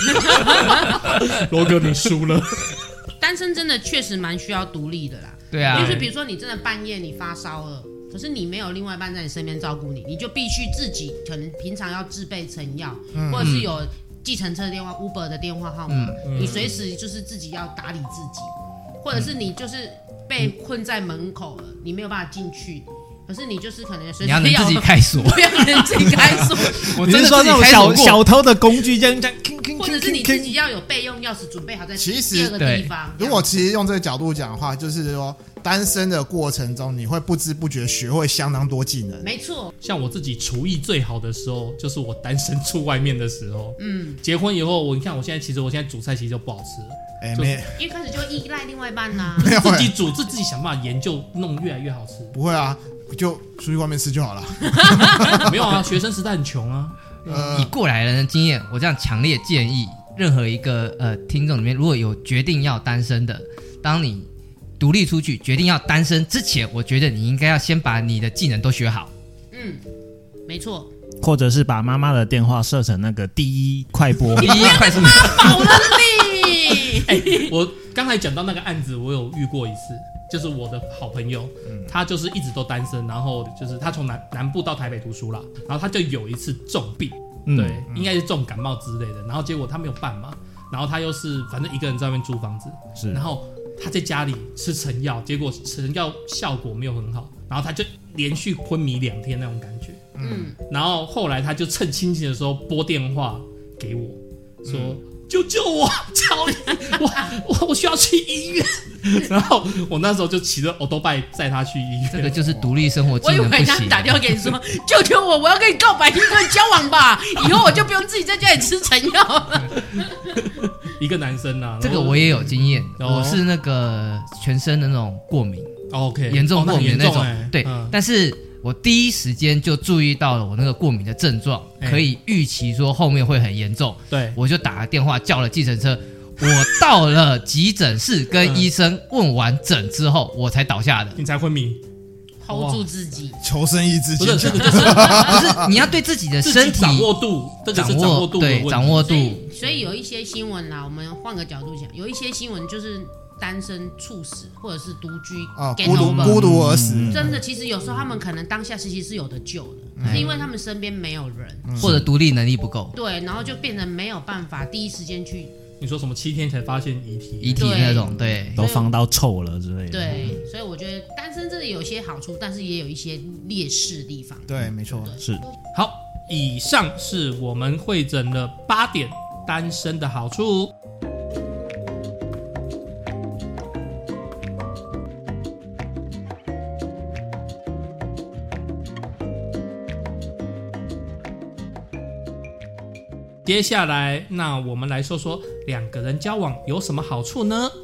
罗哥，你输了。 单身真的确实蛮需要独立的啦。 对啊， 就是比如说你真的半夜你发烧了，可是你没有另外一半在你身边照顾你，你就必须自己可能平常要自备成药，嗯、或者是有计程车电话、Uber 的电话号码，嗯、你随时就是自己要打理自己，或者是你就是被困在门口了，你没有办法进去。可是你就是可能随时要你要能自己开锁， 不要能自己开锁。 我真的说那种小小偷的工具这样这样， 或者是你自己要有备用钥匙准备好在第二个地方。 如果其实用这个角度讲的话，就是说单身的过程中，你会不知不觉学会相当多技能。 没错， 像我自己厨艺最好的时候，就是我单身出外面的时候。嗯，结婚以后，我你看我现在其实我现在煮菜其实就不好吃了。 哎、欸，没， 因为开始就依赖另外一半呐、 啊，自己煮，自己想办法研究，弄越来越好吃。 不会啊，就出去外面吃就好了。 没有啊，学生时代很穷啊。 呃，以过来人的经验，我这样强烈建议，任何一个呃听众里面，如果有决定要单身的，当你独立出去决定要单身之前，我觉得你应该要先把你的技能都学好。 嗯，没错。 或者是把妈妈的电话设成那个第一快播， 第一快速保能力。 哎、欸，我刚才讲到那个案子，我有遇过一次，就是我的好朋友，嗯、他就是一直都单身，然后就是他从南南部到台北读书啦，然后他就有一次重病，嗯、对，嗯、应该是重感冒之类的，然后结果他没有办嘛，然后他又是反正一个人在外面租房子， 是， 然后他在家里吃成药，结果成药效果没有很好，然后他就连续昏迷两天那种感觉，嗯，然后后来他就趁清醒的时候拨电话给我，说。嗯救救我，乔伊，我我我需要去医院。然后我那时候就骑着欧多拜载他去医院。 这个就是独立生活技能不行。 我以为他打电话给你说：“救救我，我要跟你告白，你跟你交往吧，以后我就不用自己在家里吃成药。” 一个男生啊， 这个我也有经验，我是那个全身的那种过敏 ，OK， 严重过敏的那种， 哦那对， 嗯、 但是。我第一时间就注意到了我那个过敏的症状，欸、可以预期说后面会很严重。 对， 我就打了电话叫了计程车。我到了急诊室，跟医生问完诊之后，我才倒下的。 你才昏迷 ，hold 住自己， 求生意志坚强。 不是，这个就是不是你要对自己的身体掌握度，这个是掌握度的问题， 对掌握度。 所以，所以有一些新闻啦，我们换个角度讲，有一些新闻就是。单身猝死，或者是独居， 啊，孤独孤独而死， 真的，其实有时候他们可能当下其实是有的救的，嗯、是因为他们身边没有人， 嗯、或者独立能力不够， 对，然后就变成没有办法第一时间去。 你说什么七天才发现遗体， 遗体那种，对， 都放到臭了之类的。 对，所以我觉得单身真的有一些好处，但是也有一些劣势的地方。 对，没错， 是。 好，以上是我们汇整了八点单身的好处。接下来，那我们来说说两个人交往有什么好处呢？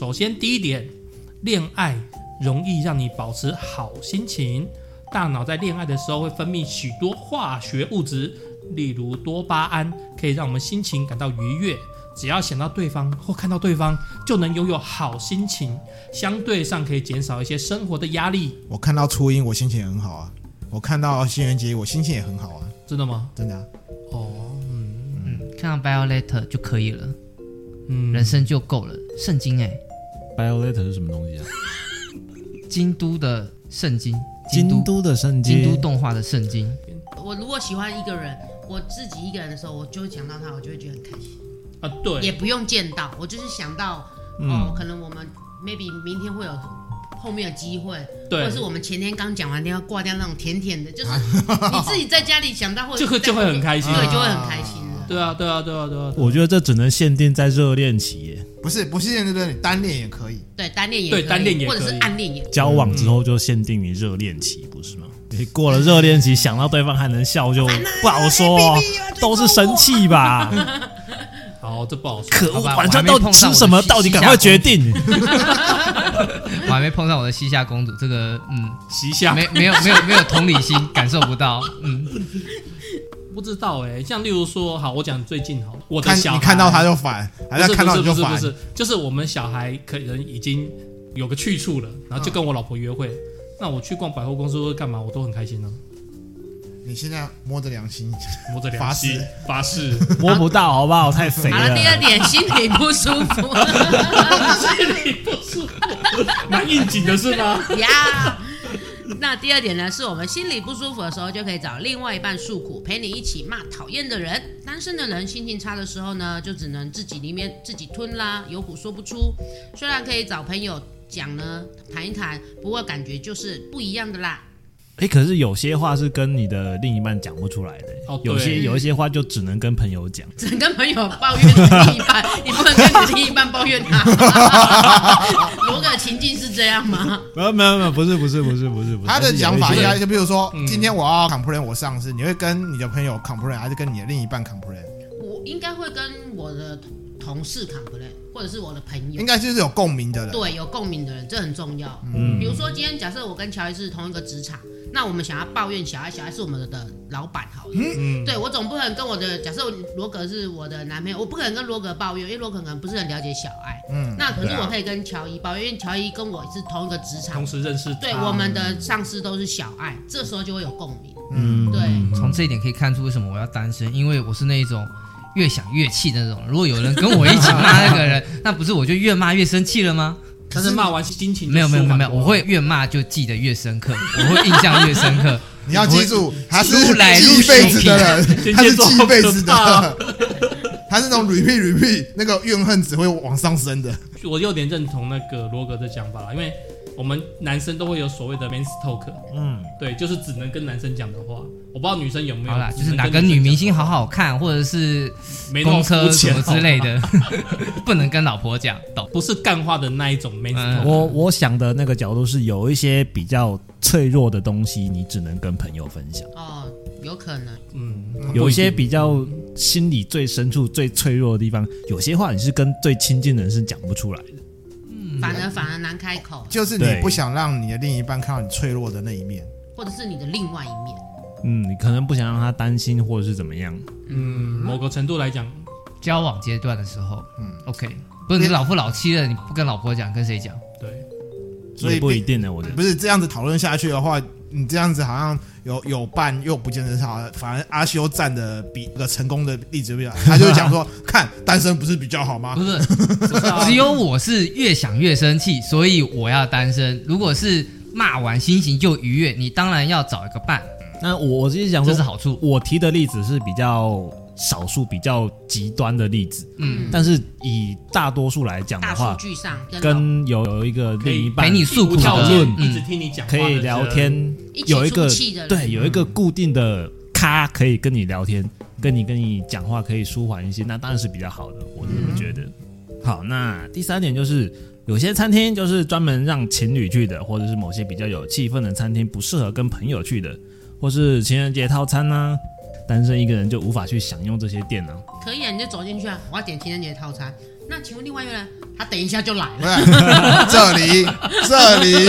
首先第一点，恋爱容易让你保持好心情，大脑在恋爱的时候会分泌许多化学物质，例如多巴胺，可以让我们心情感到愉悦。只要想到对方或看到对方，就能拥有好心情，相对上可以减少一些生活的压力。 我看到初音，我心情也很好啊；我看到新垣结衣，我心情也很好啊。 真的吗？ 真的啊。 哦，嗯嗯，看到 Violeta 就可以了， 嗯， 人生就够了。圣经哎、 欸、，Violeta 是什么东西啊？ 京都的圣经， 京都的圣经， 京都动画的圣经。 我如果喜欢一个人，我自己一个人的时候，我就会想到他，我就会觉得很开心。 啊，对， 也不用见到，我就是想到、 嗯、 哦，可能我们 maybe 明天会有后面的机会，或者是我们前天刚讲完电话挂掉那种甜甜的，就是你自己在家里想到，或者就会就会很开心， 对，就会很开心了。 对啊，对啊，对啊，对啊。 我觉得这只能限定在热恋期耶， 不是不是限定热恋，单恋也可以， 对，单恋也可以， 对，单恋也可以， 或者是暗恋也可以。 交往之后就限定于热恋期，不是吗？你过了热恋期，想到对方还能笑就不好说、哦，都是生气吧。 好，这不好说。 可恶，晚上到底吃什么？到底赶快决定。 我还没碰上我的西夏公主，这个嗯， 西夏没没有没有没有同理心，感受不到。嗯， 不知道哎、欸，像例如说，好，我讲最近好，我的小孩你看到他就烦，还在看到你就烦。 不是不是不是，就是我们小孩可能已经有个去处了，然后就跟我老婆约会。嗯、那我去逛百货公司或干嘛，我都很开心呢、啊。 你现在摸着良心， 摸着良心发誓， 摸不到好不好？太肥了。 好了，第二点，心里不舒服， 心里不舒服，蛮应景的是吗？ 呀。那第二点呢，是我们心里不舒服的时候，就可以找另外一半诉苦，陪你一起骂讨厌的人。单身的人心情差的时候呢，就只能自己里面自己吞啦，有苦说不出。虽然可以找朋友讲呢，谈一谈，不过感觉就是不一样的啦。 哎、欸，可是有些话是跟你的另一半讲不出来的、欸哦，有些有一些话就只能跟朋友讲， 只能跟朋友抱怨你的另一半，你不能跟你另一半抱怨他。罗哥情境是这样吗？ 没有没有没有，不是不是不是不是不是， 他的讲法应该就比如说， 嗯、 今天我要 complain 我上司，你会跟你的朋友 complain， 还是跟你的另一半 complain？ 我应该会跟我的同事 complain， 或者是我的朋友， 应该就是有共鸣的人， 对，有共鸣的人，这很重要。 嗯， 比如说今天假设我跟乔伊是同一个职场。那我们想要抱怨小孩，小孩是我们的老板，好了，嗯，对我总不可能跟我的假设罗格是我的男朋友，我不可能跟罗格抱怨，因为罗格可能不是很了解小爱，嗯，那可是我可以跟乔伊抱怨，因为乔伊跟我是同一个职场， 同时认识， 对，我们的上司都是小爱，这时候就会有共鸣， 嗯， 对， 从这一点可以看出为什么我要单身，因为我是那一种越想越气的那种，如果有人跟我一起骂那个人，那不是我就越骂越生气了吗？ 但是骂完心情没有没有没有没有，我会越骂就记得越深刻，我会印象越深刻。 你要记住，他是记一辈子的人，他是记一辈子的，他是那种 repeat repeat， 那个怨恨只会往上升的。 我有点认同那个罗格的讲法，因为我们男生都会有所谓的 men's talk， 嗯，对，就是只能跟男生讲的话。我不知道女生有没有， 好啦，就是哪个女明星好好看，或者是公车什么之类的，不能跟老婆讲，懂？ 不是干话的那一种 men's talk。 我我想的那个角度是，有一些比较脆弱的东西，你只能跟朋友分享。 哦，有可能， 嗯， 有一些比较心里最深处、最脆弱的地方，有些话你是跟最亲近的人是讲不出来的。 反而反而难开口， 就是你不想让你的另一半看到你脆弱的那一面， 或者是你的另外一面。 嗯，你可能不想让他担心，或者是怎么样。 嗯，某个程度来讲， 交往阶段的时候，嗯 ，OK， 不是你老夫老妻了，你不跟老婆讲，跟谁讲？ 对， 所以不一定的，我觉得不是这样子讨论下去的话，你这样子好像有有伴又不见得是好，反而阿修站的比个成功的例子比较，他就会讲说，看单身不是比较好吗？ 不是，只有我是越想越生气，所以我要单身。如果是骂完心情就愉悦，你当然要找一个伴。 那我我其实想说， 这是好处。 我提的例子是比较少数、比较极端的例子，嗯，但是以大多数来讲的话， 大数据上跟有有一个另一半陪你诉苦讨论， 嗯、 一直听你讲话， 可以聊天，有一个对有一个固定的咖可以跟你聊天，跟你跟你讲话可以舒缓一些，那当然是比较好的，我这么觉得。嗯、好，那第三点就是。有些餐厅就是专门让情侣去的，或者是某些比较有气氛的餐厅不适合跟朋友去的，或是情人节套餐啊，单身一个人就无法去享用这些店啊。 可以啊，你就走进去啊，我要点情人节套餐。 那请问另外一个人，他等一下就来了。 这里，这里，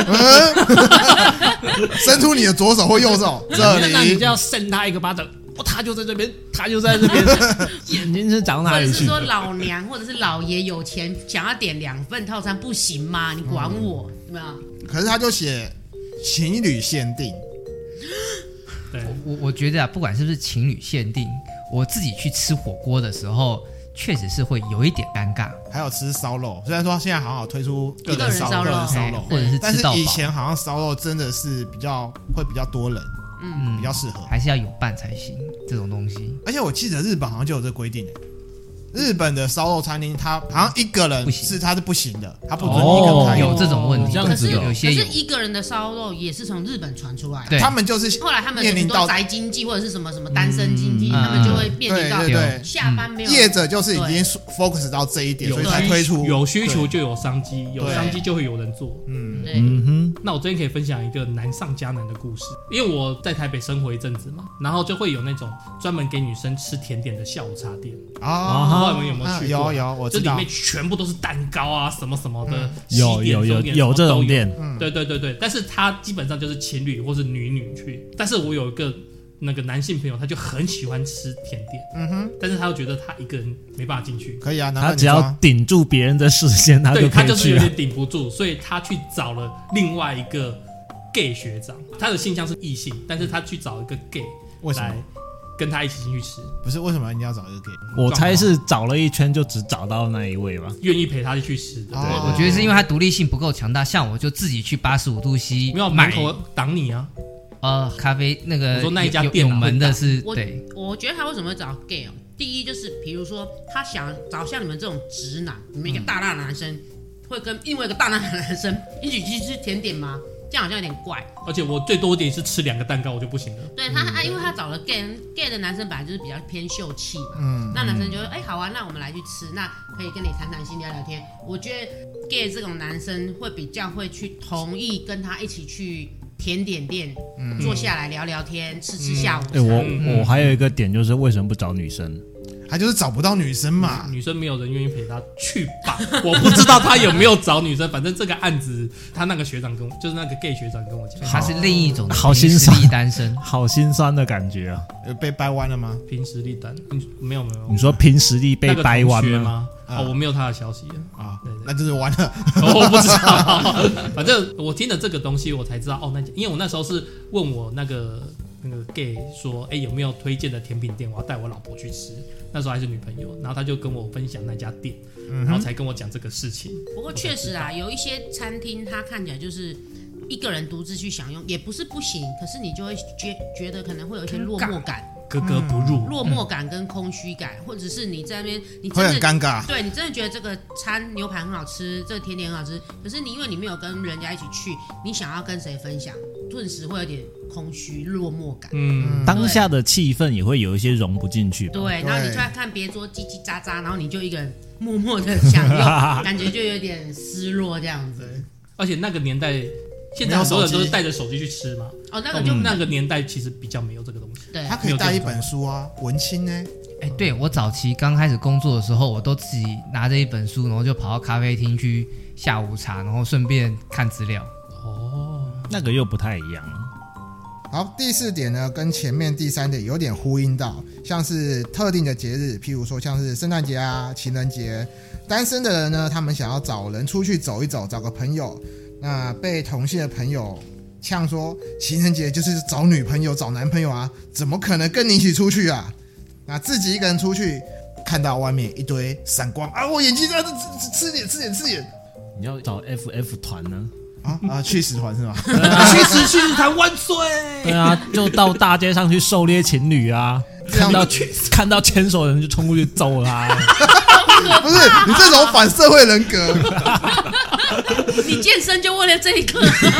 嗯，伸出你的左手或右手，这里， 那你就要扇他一个巴掌。哦，他就在这边，他就在这边，眼睛是长哪里去？ 或者是说老娘或者是老爷有钱，想要点两份套餐不行吗？你管我，有没有？ 可是他就写情侣限定。 对， 我我觉得啊，不管是不是情侣限定，我自己去吃火锅的时候，确实是会有一点尴尬。 还有吃烧肉，虽然说现在好好推出个人烧肉、 烧肉， 或者是但是吃到饱， 以前好像烧肉真的是比较会比较多人。嗯，比较适合， 还是要有伴才行。这种东西， 而且我记得日本好像就有这个规定诶。日本的烧肉餐厅，它好像一个人是它是不行的，它不准一个人开。 有这种问题， 这样子有有些有。 可是一个人的烧肉也是从日本传出来的， 对，他们就是后来他们很多宅经济或者是什么什么单身经济，他们就会面临到下班没有业者就是已经 focus 到这一点，所以才推出。 有需求就有商机，有商机就会有人做。 嗯，对。 那我这边可以分享一个难上加难的故事，因为我在台北生活一阵子嘛，然后就会有那种专门给女生吃甜点的下午茶店啊，不知道你们有没有去过？ 有有，我知道， 就里面全部都是蛋糕啊，什么什么的， 有有有有这种店， 对对对对，但是它基本上就是情侣或是女女去，但是我有一个那个男性朋友，他就很喜欢吃甜点，嗯哼，但是他又觉得他一个人没办法进去， 可以啊， 他只要顶住别人的视线，他就可以去， 对，他就是有点顶不住，所以他去找了另外一个 gay 学长，他的性向是异性，但是他去找一个 gay 来跟他一起进去吃。 不是为什么一定要找一个 gay？ 我猜是找了一圈就只找到那一位吧， 愿意陪他去吃的。 对，我觉得是因为他独立性不够强大，像我就自己去八十五度 C 没有门口挡你啊。 呃，咖啡那个我说那一家店有门的是， 我对， 我觉得他为什么会找 gay 哦？第一就是，比如说他想找像你们这种直男，你们一个大大男生、嗯、会跟另外一个大大男生一起去吃甜点吗？这样好像有点怪。 而且我最多点是吃两个蛋糕，我就不行了。 对他，他因为他找了 gay gay 的男生，本来就是比较偏秀气嘛，嗯，那男生就说，哎、欸，好啊，那我们来去吃，那可以跟你谈谈心、聊聊天。我觉得 gay 这种男生会比较会去同意跟他一起去甜点店、嗯、坐下来聊聊天，吃吃下午茶。 哎、欸，我我还有一个点就是为什么不找女生？ 他就是找不到女生嘛， 女生没有人愿意陪他去吧？我不知道他有没有找女生，反正这个案子，他那个学长跟我，就是那个 gay 学长跟我讲， 他是另一种好心酸单身， 好心酸的感觉啊！ 被掰弯了吗？ 凭实力单，没有没有。 你说凭实力被掰弯吗？ 哦，我没有他的消息啊，对对，那就是完了。 我不知道，反正我听了这个东西，我才知道哦，那因为我那时候是问我那个。那个 gay 说：“哎、欸，有没有推荐的甜品店？我要带我老婆去吃。那时候还是女朋友，然后他就跟我分享那家店，嗯、然后才跟我讲这个事情。 不过确实啊，有一些餐厅它看起来就是一个人独自去享用，也不是不行，可是你就会觉觉得可能会有一些落寞感。” 格格不入， 落寞感跟空虚感，嗯、或者是你在那边，你真的会很尴尬。 对你真的觉得这个餐牛排很好吃，这个甜点很好吃，可是你因为你没有跟人家一起去，你想要跟谁分享，顿时会有点空虚、落寞感。 嗯，当下的气氛也会有一些融不进去。 对，然后你就在看别桌叽叽喳喳，然后你就一个人默默的享用，感觉就有点失落这样子。 而且那个年代。现在所有人都是带着手机去吃嘛， 哦，那个就、 嗯、那个年代其实比较没有这个东西。 对， 他可以带一本书啊，文青呢。 哎、欸，对我早期刚开始工作的时候，我都自己拿着一本书，然后就跑到咖啡厅去下午茶，然后顺便看资料。 哦，那个又不太一样。 好，第四点呢，跟前面第三点有点呼应到，像是特定的节日，譬如说像是圣诞节啊、情人节，单身的人呢，他们想要找人出去走一走，找个朋友。那被同性的朋友呛说，情人节就是找女朋友找男朋友啊，怎么可能跟你一起出去啊？那自己一个人出去，看到外面一堆闪光啊，我眼睛在吃点吃点吃点。 你要找 F F 团呢？ 啊啊，去死团是吗？ 去死去死团万岁！ 对啊，就到大街上去狩猎情侣啊，看到看到牵手的人就冲过去揍他。 不是你这种反社会人格。 你健身就为了这一刻？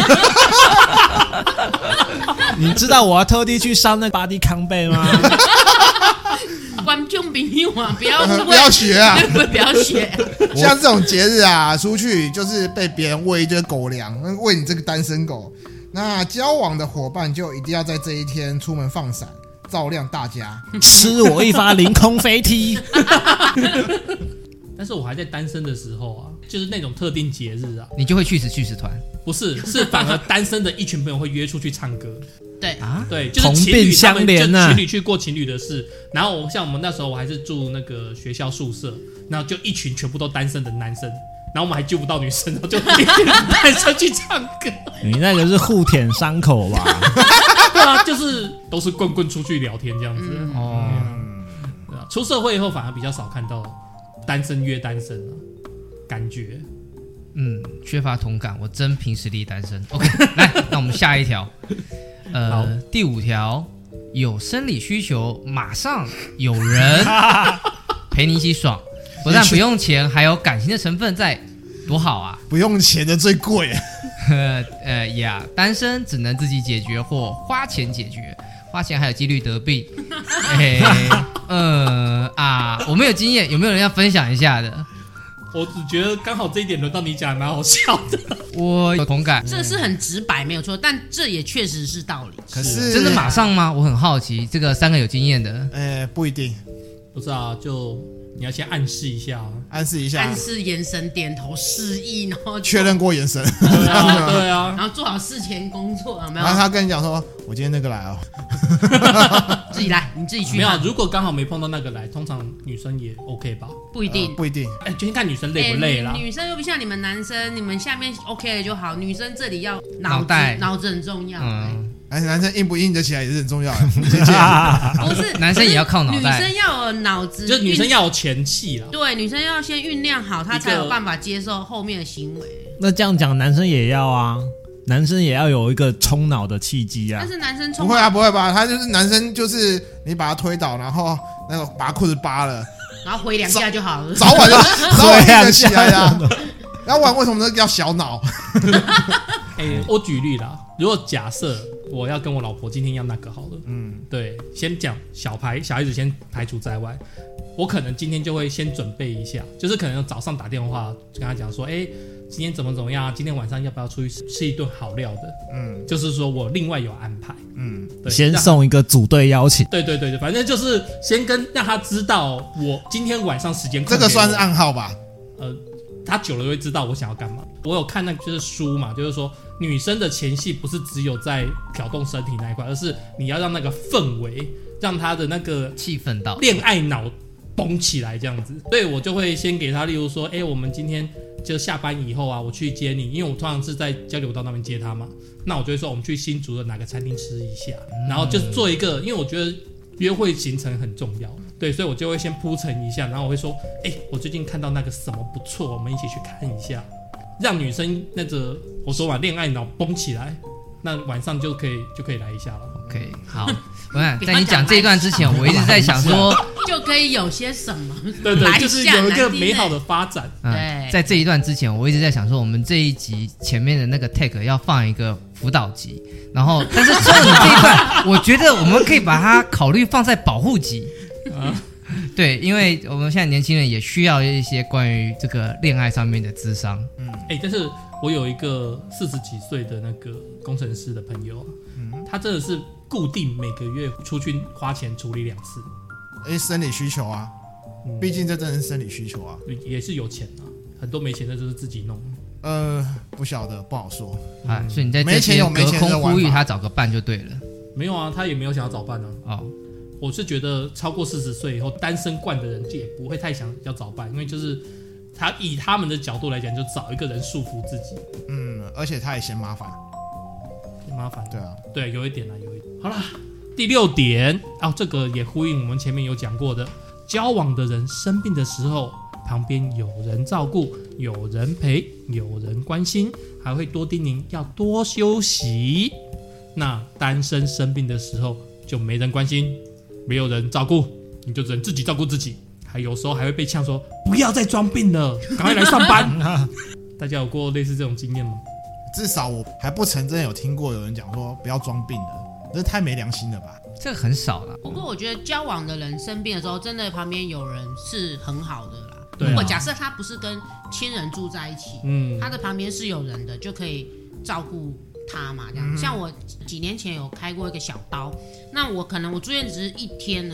你知道我要特地去上那巴迪康贝吗？ 观众朋友啊，不要不要学啊， 不要学。 像这种节日啊，出去就是被别人喂一堆狗粮，喂你这个单身狗。那交往的伙伴就一定要在这一天出门放闪，照亮大家。 吃我一发凌空飞踢。 但是我还在单身的时候啊，就是那种特定节日啊， 你就会去死去死团。 不是，是反而单身的一群朋友会约出去唱歌。 对啊， 对，就是情侣同病相怜啊他们就情侣去过情侣的事。然后我像我们那时候我还是住那个学校宿舍，然后就一群全部都单身的男生，然后我们还揪不到女生，然后就一群男生去唱歌。 你那个是互舔伤口吧？ 对啊，就是都是棍棍出去聊天这样子。 嗯哦， 对啊，出社会以后反而比较少看到单身约单身啊，感觉。 嗯，缺乏同感，我真凭实力单身。OK， 来，那我们下一条，呃，第五条，有生理需求，马上有人陪你一起爽，不但不用钱，还有感情的成分在，多好啊！ 不用钱的最贵。 呃呃呀，单身只能自己解决或花钱解决，花钱还有几率得病。哎，呃啊，我没有经验，有没有人要分享一下的？ 我只觉得刚好这一点轮到你讲，蛮好笑的。 我有同感， 这是很直白，没有错，但这也确实是道理。 可是真的马上吗？我很好奇，这个三个有经验的， 呃，不一定， 不是啊，就你要先暗示一下啊。 暗示一下， 暗示眼神点头示意，然后确认过眼神， 对啊，对啊， 然后做好事前工作，有没有？ 然后他跟你讲说：“我今天那个来哦。” 自己来，你自己去。 没有，如果刚好没碰到那个来，通常女生也 OK 吧？ 不一定， 呃不一定。 哎，就先看女生累不累啦。 欸、女生又不像你们男生，你们下面 OK 了就好，女生这里要脑袋脑子很重要。 嗯， 哎，男生硬不硬得起来也是很重要的。 不是， 男生也要靠脑袋， 女生要有脑子， 就是女生要有前戏啦。 对，女生要先酝酿好，她才有办法接受后面的行为。 那这样讲，男生也要啊，男生也要有一个冲脑的契机啊。 但是男生冲不会啊，不会吧？他就是男生，就是你把他推倒，然后那个把他裤子扒了， 然后挥两下就好了。 早晚就早晚硬得起来呀。要不然为什么要小脑？ 哎、欸，我举例啦，如果假设我要跟我老婆今天要那个好了，嗯，对，先讲小排小孩子先排除在外，我可能今天就会先准备一下，就是可能早上打电话跟他讲说，哎、欸，今天怎么怎么样，今天晚上要不要出去吃一顿好料的？嗯，就是说我另外有安排，嗯，对， 先送一个组队邀请， 对对对对，反正就是先跟让他知道我今天晚上时间， 这个算是暗号吧？ 呃。他久了会知道我想要干嘛。我有看那个就是书嘛，就是说女生的前戏不是只有在挑动身体那一块，而是你要让那个氛围，让他的那个气氛到恋爱脑绷起来这样子。所以我就会先给他，例如说，哎、欸，我们今天就下班以后啊，我去接你，因为我通常是在交流道那边接他嘛。那我就会说，我们去新竹的哪个餐厅吃一下，嗯、然后就做一个，因为我觉得约会行程很重要。对，所以我就会先铺陈一下，然后我会说，哎、欸，我最近看到那个什么不错，我们一起去看一下，让女生那个我说嘛，恋爱脑绷起来，那晚上就可以就可以来一下了。 OK， 好，我看在你讲这一段之前，我一直在想说， 就可以有些什么， 对对，就是有一个美好的发展。 嗯、对，在这一段之前，我一直在想说，我们这一集前面的那个 tag 要放一个辅导集，然后，但是说了你这一段，我觉得我们可以把它考虑放在保护集。啊、对，因为我们现在年轻人也需要一些关于这个恋爱上面的諮商。 嗯，哎、欸，但是我有一个四十几岁的那个工程师的朋友，嗯，他真的是固定每个月出去花钱处理两次。 哎、欸，生理需求啊，嗯、毕竟这真的是生理需求啊， 也是有钱啊，很多没钱的就是自己弄。 呃，不晓得，不好说。 啊、嗯，所以你在这边隔空呼吁他找个伴就对了。 没有啊，他也没有想要找伴啊。 哦。 我是觉得超过四十岁以后单身惯的人就也不会太想要找伴，因为就是他以他们的角度来讲，就找一个人束缚自己。 嗯，而且他也嫌麻烦， 嫌麻烦。 对啊， 对，有一点啦，有一点。好啦，第六点哦，这个也呼应我们前面有讲过的，交往的人生病的时候，旁边有人照顾，有人陪，有人关心，还会多叮咛要多休息。那单身生病的时候就没人关心。没有人照顾，你就只能自己照顾自己，还有时候还会被呛说不要再装病了，赶快来上班。大家有过类似这种经验吗？ 至少我还不曾真的有听过有人讲说不要装病了，这太没良心了吧？ 这个很少啦。 不过我觉得交往的人生病的时候，真的旁边有人是很好的啦。 对啊、 如果假设他不是跟亲人住在一起，嗯，他的旁边是有人的，就可以照顾他嘛，这样、嗯、像我几年前有开过一个小刀，那我可能我住院只是一天而已，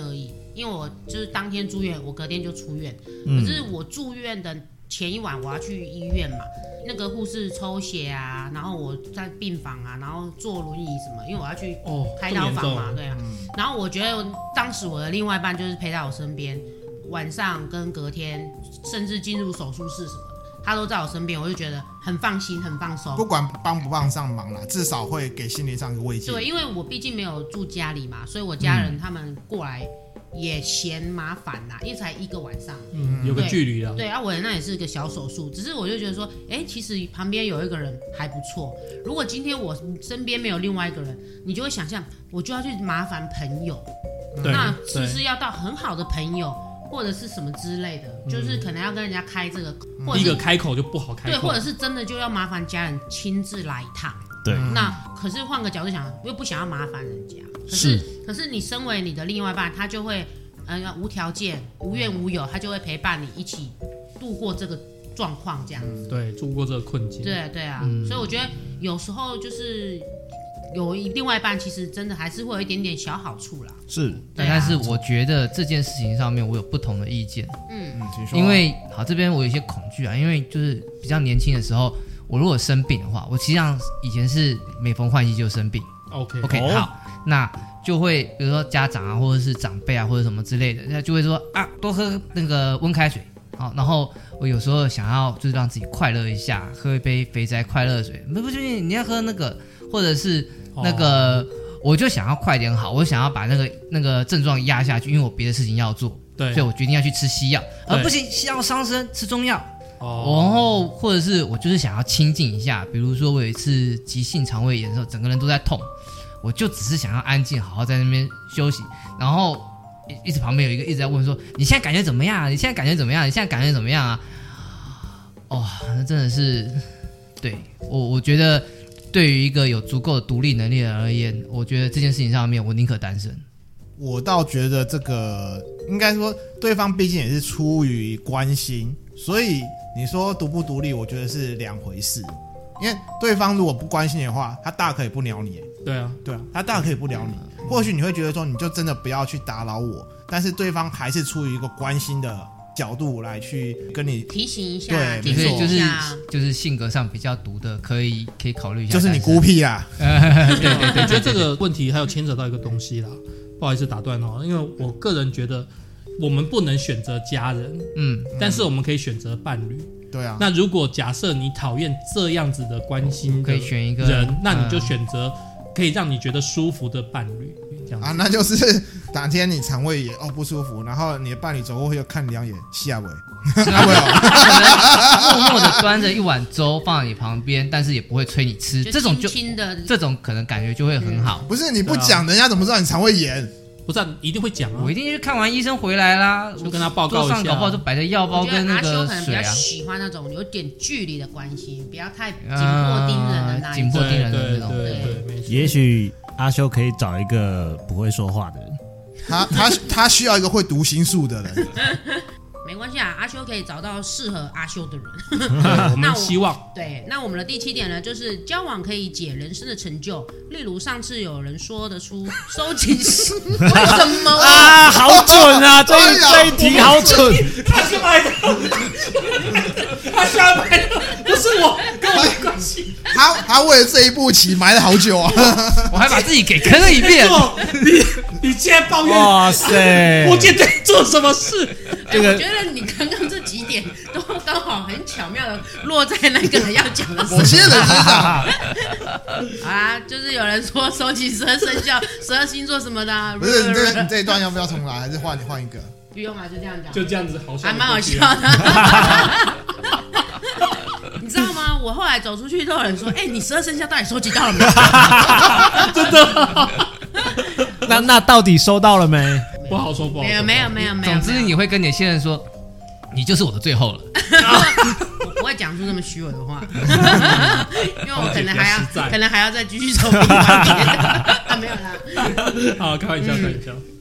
因为我就是当天住院，我隔天就出院。 嗯、 可是我住院的前一晚我要去医院嘛，那个护士抽血啊，然后我在病房啊，然后坐轮椅什么，因为我要去开刀房嘛，哦、对啊。嗯、然后我觉得当时我的另外一半就是陪在我身边，晚上跟隔天，甚至进入手术室什么的，他都在我身边，我就觉得很放心，很放松。 不管帮不帮上忙啦，至少会给心理上一个慰藉。 对，因为我毕竟没有住家里嘛，所以我家人他们过来。也嫌麻烦啦，因为才一个晚上， 嗯，有个距离了。 对啊，我那也是个小手术，只是我就觉得说，哎、欸，其实旁边有一个人还不错。如果今天我身边没有另外一个人，你就会想象，我就要去麻烦朋友，那是不是要到很好的朋友，或者是什么之类的，嗯、就是可能要跟人家开这个，或者第一个开口就不好开口， 对，或者是真的就要麻烦家人亲自来一趟。 对， 那可是换个角度想，又不想要麻烦人家，可是, 是可是你身为你的另外一半，他就会呃无条件、无怨无尤，他就会陪伴你一起度过这个状况，这样子。 嗯、对，度过这个困境。 对对啊、 嗯， 所以我觉得有时候就是有另外一半，其实真的还是会有一点点小好处啦。 是， 对、啊，但是我觉得这件事情上面我有不同的意见。 嗯嗯，请说。 因为好这边我有一些恐惧啊，因为就是比较年轻的时候。我如果生病的话，我实际上以前是每逢换季就生病。 OK OK，、哦、好，那就会比如说家长啊，或者是长辈啊，或者什么之类的，他就会说啊，多喝那个温开水。好，然后我有时候想要就是让自己快乐一下，喝一杯肥宅快乐水，不不不，你要喝那个，或者是那个，哦、我就想要快点好，我想要把那个那个症状压下去，因为我别的事情要做， 对， 所以我决定要去吃西药，而不行，西药伤身，吃中药。 哦， 然后或者是我就是想要清静一下，比如说我有一次急性肠胃炎的时候，整个人都在痛，我就只是想要安静，好好在那边休息。然后一一直旁边有一个一直在问说：“你现在感觉怎么样？你现在感觉怎么样？你现在感觉怎么样啊？”哦，那真的是，对我我觉得对于一个有足够的独立能力的人而言，我觉得这件事情上面，我宁可单身。 我倒觉得这个应该说，对方毕竟也是出于关心，所以。你说独不独立，我觉得是两回事。因为对方如果不关心你的话，他大可以不鸟你。 对啊， 对啊，他大可以不鸟你。或许你会觉得说，你就真的不要去打扰我，但是对方还是出于一个关心的角度来去跟你提醒一下， 对， 所以就是就是性格上比较独的，可以可以考虑一下。 就是你孤僻啊。 对对对， 我觉得这个问题还有牵扯到一个东西啦，不好意思打断哦，因为我个人觉得。我们不能选择家人， 嗯， 但是我们可以选择伴侣。 对啊。 那如果假设你讨厌这样子的关心的人， 可以选一个人，那你就选择可以让你觉得舒服的伴侣。这样子啊，那就是哪天你肠胃炎哦不舒服，然后你的伴侣走过去就看两眼，下尾，下尾哦，默默的端着一碗粥放在你旁边，但是也不会催你吃， 就这种就轻轻的这种可能感觉就会很好。 嗯、不是你不讲，人家怎么知道你肠胃炎？ 不是、啊，一定会讲啊！ 我一定去看完医生回来啦， 就跟他报告一下。 桌上搞不好就摆着药包跟那个水啊。 阿修可能比较喜欢那种有点距离的关系，不要太紧迫盯人的那一种。 紧迫盯人的那种， 对对对，没错。 也许阿修可以找一个不会说话的人， 他他他需要一个会读心术的人。 没关系啊，阿修可以找到适合阿修的人。 我们希望对。那我们的第七点呢，就是交往可以解人生的成就。例如上次有人说得出收集师，为什么啊？好准啊！这一这一题好准。 他是买的，他是买的，不是我，跟我没关系。 他他为了这一步棋埋了好久啊！ 我还把自己给坑了一遍。 你你现在抱怨？ 哇塞！ 我今天做什么事？ 这个、欸、我觉得你刚刚这几点都刚好很巧妙的落在那个人要讲的某些人身上。 好啦，就是有人说收集十二生肖、十二星座什么的、啊。 不是你这个你这一段要不要重来，还是换你换一个？ 不用啊，就这样讲。 就这样子，好笑， 还蛮好笑的。你知道吗？我后来走出去，都有人说：“哎、欸，你十二生肖到底收集到了没？” 真的。 那那到底收到了没？ 不好说，不好说。 没有，没有，没有，没有。 总之，你会跟你的现任说：“你就是我的最后了。” 我不会讲出这么虚伪的话，因为我可能还要，可能还要再继续抽一把。啊，没有啦。 好，开玩笑，开玩笑。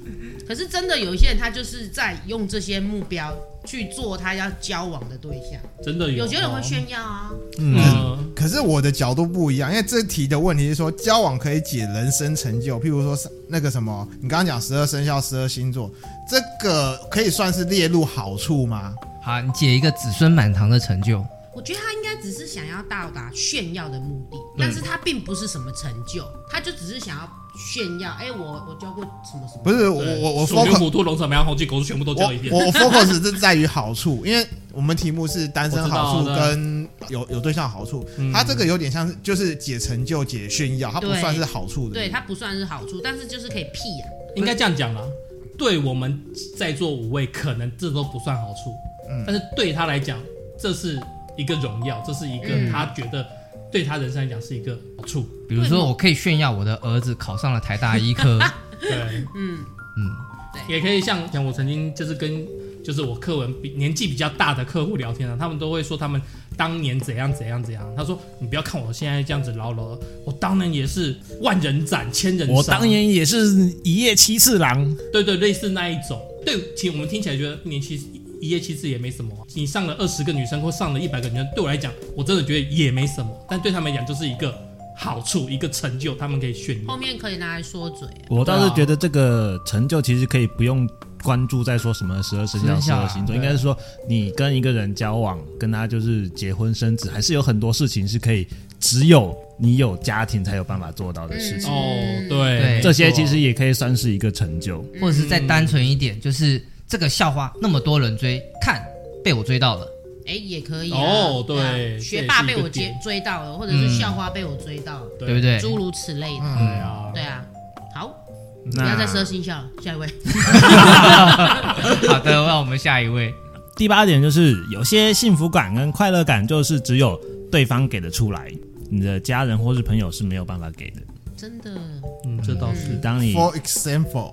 可是真的有一些人，他就是在用这些目标去做他要交往的对象， 真的有， 有些人会炫耀啊。 嗯，可是我的角度不一样，因为这题的问题是说，交往可以解人生成就，譬如说那个什么，你刚刚讲十二生肖、十二星座，这个可以算是列入好处吗？ 好，你解一个子孙满堂的成就。 我觉得他应该只是想要到达炫耀的目的，但是他并不是什么成就，他就只是想要炫耀。哎、欸，我我教过什么什么？ 不是我我我 focus 虎兔龙蛇羊猴鸡狗全部都教一遍。 我我 focus 是在于好处，因为我们题目是单身好处跟有有对象好处，他这个有点像是就是解成就解炫耀，它不算是好处的。 对，它不算是好处，但是就是可以屁呀、啊。 应该这样讲啦，对我们在座五位可能这都不算好处，嗯、但是对他来讲，这是一个荣耀，这是一个他觉得对他人生来讲是一个好处。 比如说，我可以炫耀我的儿子考上了台大医科。 对，嗯嗯，也可以像像我曾经就是跟就是我课文比年纪比较大的客户聊天啊，他们都会说他们当年怎样怎样怎样。他说：“你不要看我现在这样子老老，我当年也是万人斩、千人杀， 我当年也是一夜七次郎。” 对对，类似那一种。对，其实我们听起来觉得一年七一夜七次也没什么。你上了二十个女生或上了一百个女生，对我来讲，我真的觉得也没什么。但对他们来讲，就是一个好处，一个成就，他们可以炫耀。 后面可以拿来说嘴、啊。 我倒是觉得这个成就其实可以不用关注在说什么十二生肖、十二星座，应该是说你跟一个人交往，跟他就是结婚生子，还是有很多事情是可以只有你有家庭才有办法做到的事情。 嗯、哦，对， 这些其实也可以算是一个成就， 或者是再单纯一点，就是这个校花那么多人追，看被我追到了。 哎，也可以啊。 哦，对， 啊、学霸被我追追到了，或者是校花被我追到了， 嗯、对不对？ 诸如此类的。 嗯、对啊， 对啊。好，不要再十二生肖了，下一位。 好的，那我们下一位。 第八点就是有些幸福感跟快乐感，就是只有对方给得出来，你的家人或是朋友是没有办法给的。 真的， 嗯，这倒是。 当你 For example。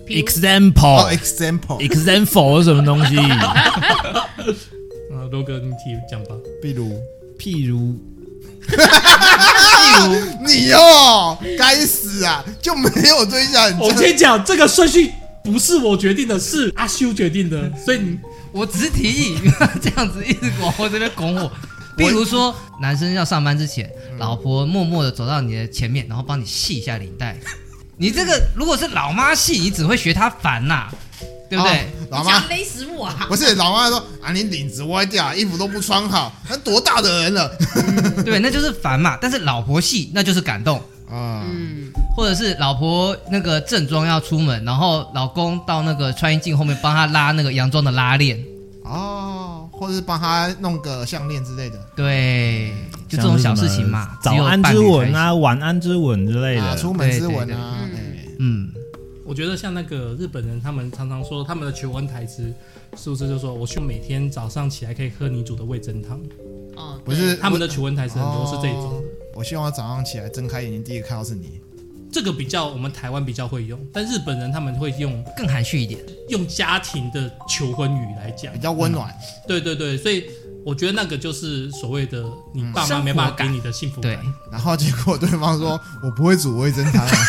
example， 哦 example example 是什么东西？ 啊，罗哥，你提讲吧。 比如， 譬如， 譬如你哦，该死啊，就没有对象。 我跟你讲，这个顺序不是我决定的，是阿修决定的，所以你我只是提议，这样子一直往我这边拱我。比如说，男生要上班之前，老婆默默的走到你的前面，然后帮你系一下领带。你这个如果是老妈系，你只会学她烦呐，对不对？ 哦、老妈勒死我啊！ 不是老妈说啊，你领子歪掉，衣服都不穿好，那多大的人了？ 嗯、对，那就是烦嘛。但是老婆系，那就是感动啊。嗯，或者是老婆那个正装要出门，然后老公到那个穿衣镜后面帮她拉那个洋装的拉链。 哦，或者是帮他弄个项链之类的， 对，就这种小事情嘛， 早安之吻啊，晚安之吻之类的， 啊、出门之吻啊， 对对对嗯， 我觉得像那个日本人，他们常常说他们的求婚台词，是不是就说我希望每天早上起来可以喝你煮的味噌汤？ 哦， 不是， 他们的求婚台词很多是这种的、哦。 我希望我早上起来睁开眼睛，第一个看到是你。 这个比较我们台湾比较会用，但日本人他们会用更含蓄一点， 用家庭的求婚语来讲， 比较温暖、嗯。 对对对，所以我觉得那个就是所谓的你爸妈没办法给你的幸福感。 对， 然后结果对方说我不会煮味噌汤、啊，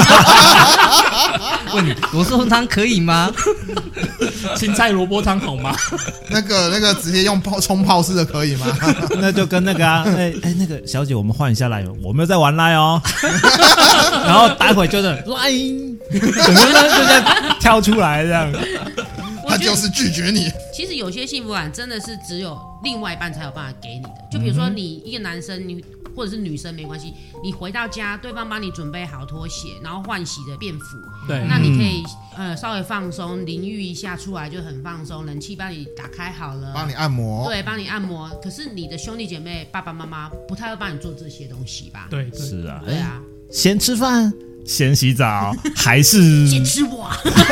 问你罗宋汤可以吗？ 青菜萝卜汤好吗？ 那个那个直接用泡冲泡式的可以吗？ 那就跟那个啊，哎哎那个小姐，我们换一下来，我没有在玩赖哦。然后待会就是赖，整个人就在跳出来这样。 他就是拒绝你。 其实有些幸福感真的是只有另外一半才有办法给你的。就比如说你一个男生，你或者是女生没关系，你回到家，对方帮你准备好拖鞋，然后换洗的便服， 对， 那你可以呃稍微放松，淋浴一下出来就很放松，冷气帮你打开好了， 帮你按摩， 对，帮你按摩。可是你的兄弟姐妹、爸爸妈妈不太会帮你做这些东西吧？ 对，对是啊， 对啊。 先吃饭，先洗澡，还是先吃我？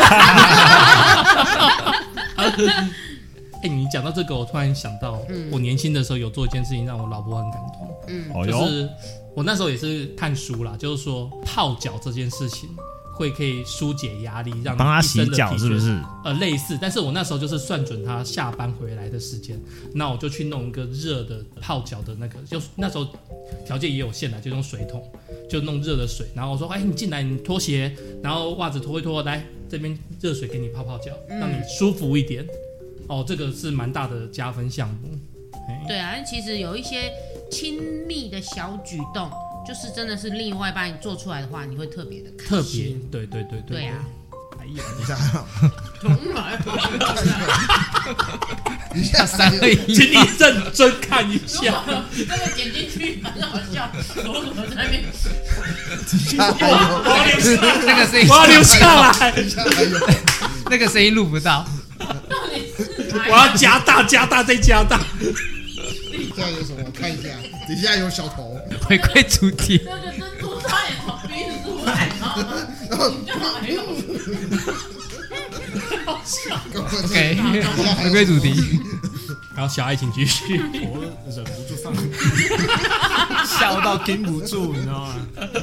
哎、欸，你讲到这个，我突然想到，嗯、我年轻的时候有做一件事情让我老婆很感动。嗯，就是我那时候也是看书啦，就是说泡脚这件事情会可以疏解压力，让帮他洗脚，是不是？ 呃，类似，但是我那时候就是算准他下班回来的时间，那我就去弄一个热的泡脚的那个，就那时候条件也有限啦，就用水桶，就弄热的水，然后我说，哎、欸，你进来，你拖鞋，然后袜子脱一脱，来这边热水给你泡泡脚，让你舒服一点。哦，这个是蛮大的加分项目。 对啊，其实有一些亲密的小举动，就是真的是另外一半做出来的话，你会特别的开心。 特别，对对对对。 对啊。 哎呀，等一下， 重来， 一下三二一， 请你认真看一下。 这个剪进去很好笑，罗罗在那边， 我要留下来， 那个声音我要留下来， 那个声音录不到。 我要加大加大再加大。 这样有什么？我看一下，底下有小头。 回归主题。 这个珍珠差点从鼻子出来，然后你就还有。好笑。 OK， 回归主题。 然后小爱请继续。 我忍不住放，笑到禁不住，你知道吗？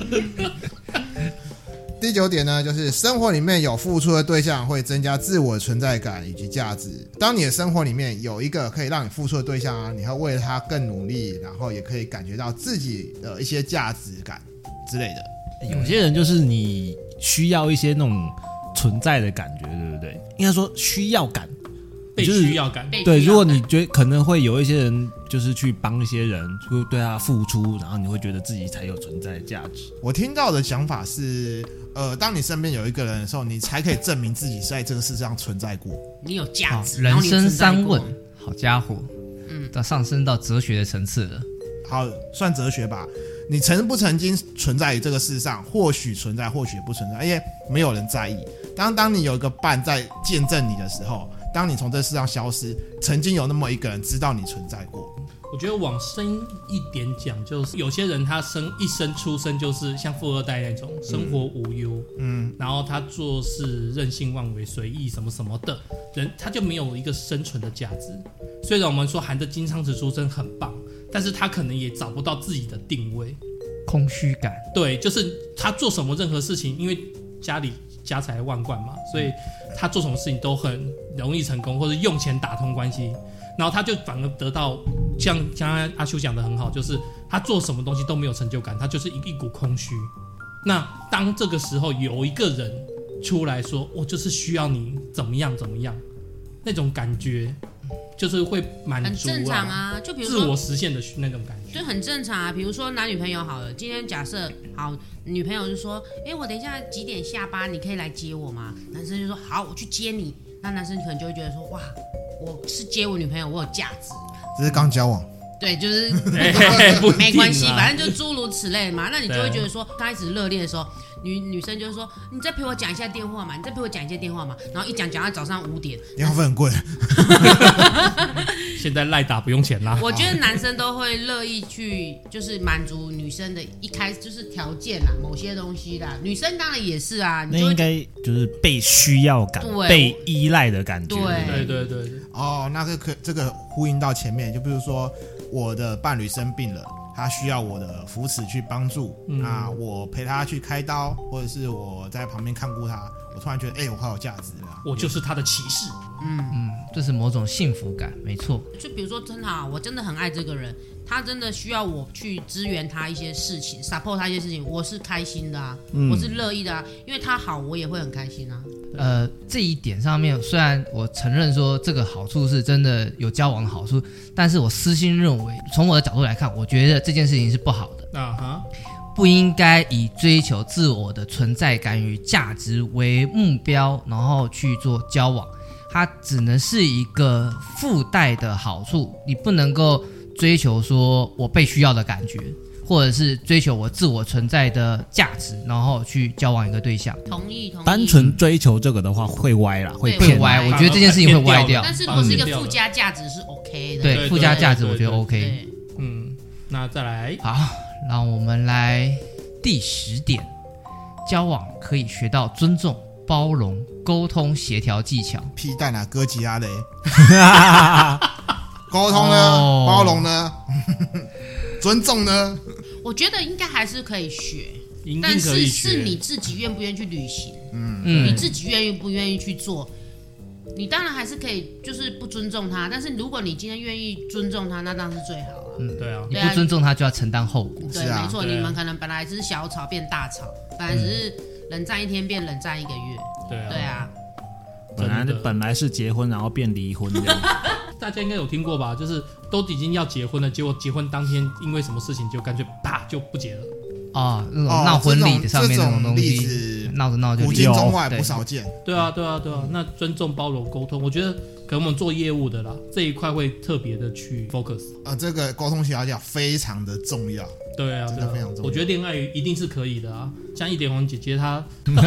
第九点呢，就是生活里面有付出的对象会增加自我存在感以及价值。当你的生活里面有一个可以让你付出的对象啊，你会为了他更努力，然后也可以感觉到自己的一些价值感之类的。 有些人就是你需要一些那种存在的感觉，对不对？应该说需要感， 被需要感。 对，如果你觉得可能会有一些人就是去帮一些人，就对他付出，然后你会觉得自己才有存在的价值。 我听到的想法是，呃，当你身边有一个人的时候，你才可以证明自己在这个世上存在过， 你有价值。 人生三问，好家伙，嗯，到上升到哲学的层次了。 好，算哲学吧。你曾不曾经存在于这个世上？或许存在，或许不存在，因为没有人在意。当当你有一个伴在见证你的时候，当你从这世上消失，曾经有那么一个人知道你存在过。 我觉得往深一点讲，就是有些人他生一生出生就是像富二代那种，生活无忧，嗯，然后他做事任性妄为、随意什么什么的人，他就没有一个生存的价值。虽然我们说含着金汤匙出生很棒，但是他可能也找不到自己的定位， 空虚感。 对，就是他做什么任何事情，因为家里家财万贯嘛，所以他做什么事情都很容易成功，或者用钱打通关系。然后他就反而得到像刚刚阿修讲的很好，就是他做什么东西都没有成就感，他就是一一股空虚。那当这个时候有一个人出来说，我就是需要你怎么样怎么样，那种感觉就是会满足、啊、 很正常啊，就比如说自我实现的那种感觉， 就很正常啊。比如说男女朋友好了，今天假设好，女朋友就说，哎，我等一下几点下班，你可以来接我吗？男生就说好，我去接你。那男生可能就会觉得说，哇，我是接我女朋友，我有价值。 这是刚交往。 对，就是嘿嘿嘿没关系，反正就诸如此类嘛。那你就会觉得说，刚开始热恋的时候，女女生就说：“你再陪我讲一下电话嘛，你再陪我讲一下电话嘛。”然后一讲讲到早上五点， 电话费很贵。 现在赖打不用钱啦。 我觉得男生都会乐意去，就是满足女生的一开始就是条件啦，某些东西啦。女生当然也是啊， 那应该就是被需要感、被依赖的感觉。 对对对对。 哦，那个可这个呼应到前面，就比如说我的伴侣生病了。他需要我的扶持去帮助，嗯、那我陪他去开刀，或者是我在旁边看顾他，我突然觉得，哎、欸，我好有价值啊！ 我就是他的骑士， 嗯嗯，这是某种幸福感，没错。 就比如说，真的、啊，我真的很爱这个人，他真的需要我去支援他一些事情 ，support 他一些事情，我是开心的啊，嗯、我是乐意的啊，因为他好，我也会很开心啊。 呃，这一点上面，虽然我承认说这个好处是真的有交往的好处，但是我私心认为，从我的角度来看，我觉得这件事情是不好的。啊哈，不应该以追求自我的存在感与价值为目标，然后去做交往。它只能是一个附带的好处，你不能够追求说我被需要的感觉。或者是追求我自我存在的价值，然后去交往一个对象。 同意，同意。 单纯追求这个的话会歪啦，会会歪。我觉得这件事情会歪掉。 但是如果是一个附加价值是 OK 的。 对，附加价值我觉得 OK。 嗯，那再来。 好，让我们来第十点，交往可以学到尊重、包容、沟通、协调技巧。 屁蛋啊，哥吉拉嘞。沟通呢？哦、包容呢？尊重呢？ 我觉得应该还是可以学， 以但是学是你自己愿不愿意去履行，嗯，你自己愿意不愿意去做。你当然还是可以，就是不尊重他，但是如果你今天愿意尊重他，那当然是最好啊。 嗯，对啊， 你不尊重他就要承担后果。 对， 啊、 没错，你们可能本来只是小吵变大吵，本来只是冷战一天变冷战一个月。 对啊， 对啊， 本来本来是结婚，然后变离婚这样。 大家应该有听过吧？就是都已经要结婚了，结果结婚当天因为什么事情就干脆啪就不结了。 哦，那种闹婚礼的上面那种东西，闹着闹着就古今中外不少见。 对啊，对啊，对啊。那尊重、包容、沟通，我觉得可能我们做业务的啦，这一块会特别的去 focus。 呃，这个沟通协调讲非常的重要。 对啊， 真的非常重要。 我觉得恋爱一定是可以的啊，像一点红姐姐她。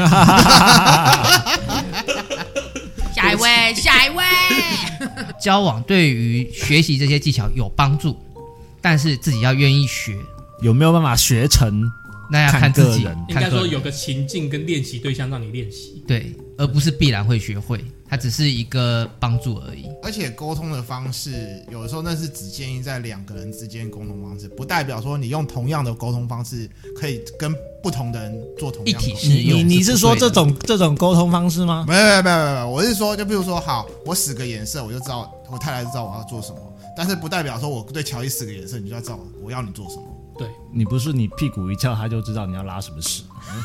下一位，下一位。 交往对于学习这些技巧有帮助，但是自己要愿意学， 有没有办法学成？ 那要看自己。 应该说有个情境跟练习对象让你练习， 对，而不是必然会学会，它只是一个帮助而已。 而且沟通的方式，有的时候那是只建议在两个人之间沟通方式，不代表说你用同样的沟通方式可以跟不同的人做同样的一体适用。 你你是说这种这种沟通方式吗？ 没有没有没有没有，我是说，就比如说，好，我使个眼色，我就知道我太太知道我要做什么，但是不代表说我对乔伊使个眼色，你就要知道我要你做什么。 对， 你不是你屁股一翘，他就知道你要拉什么屎。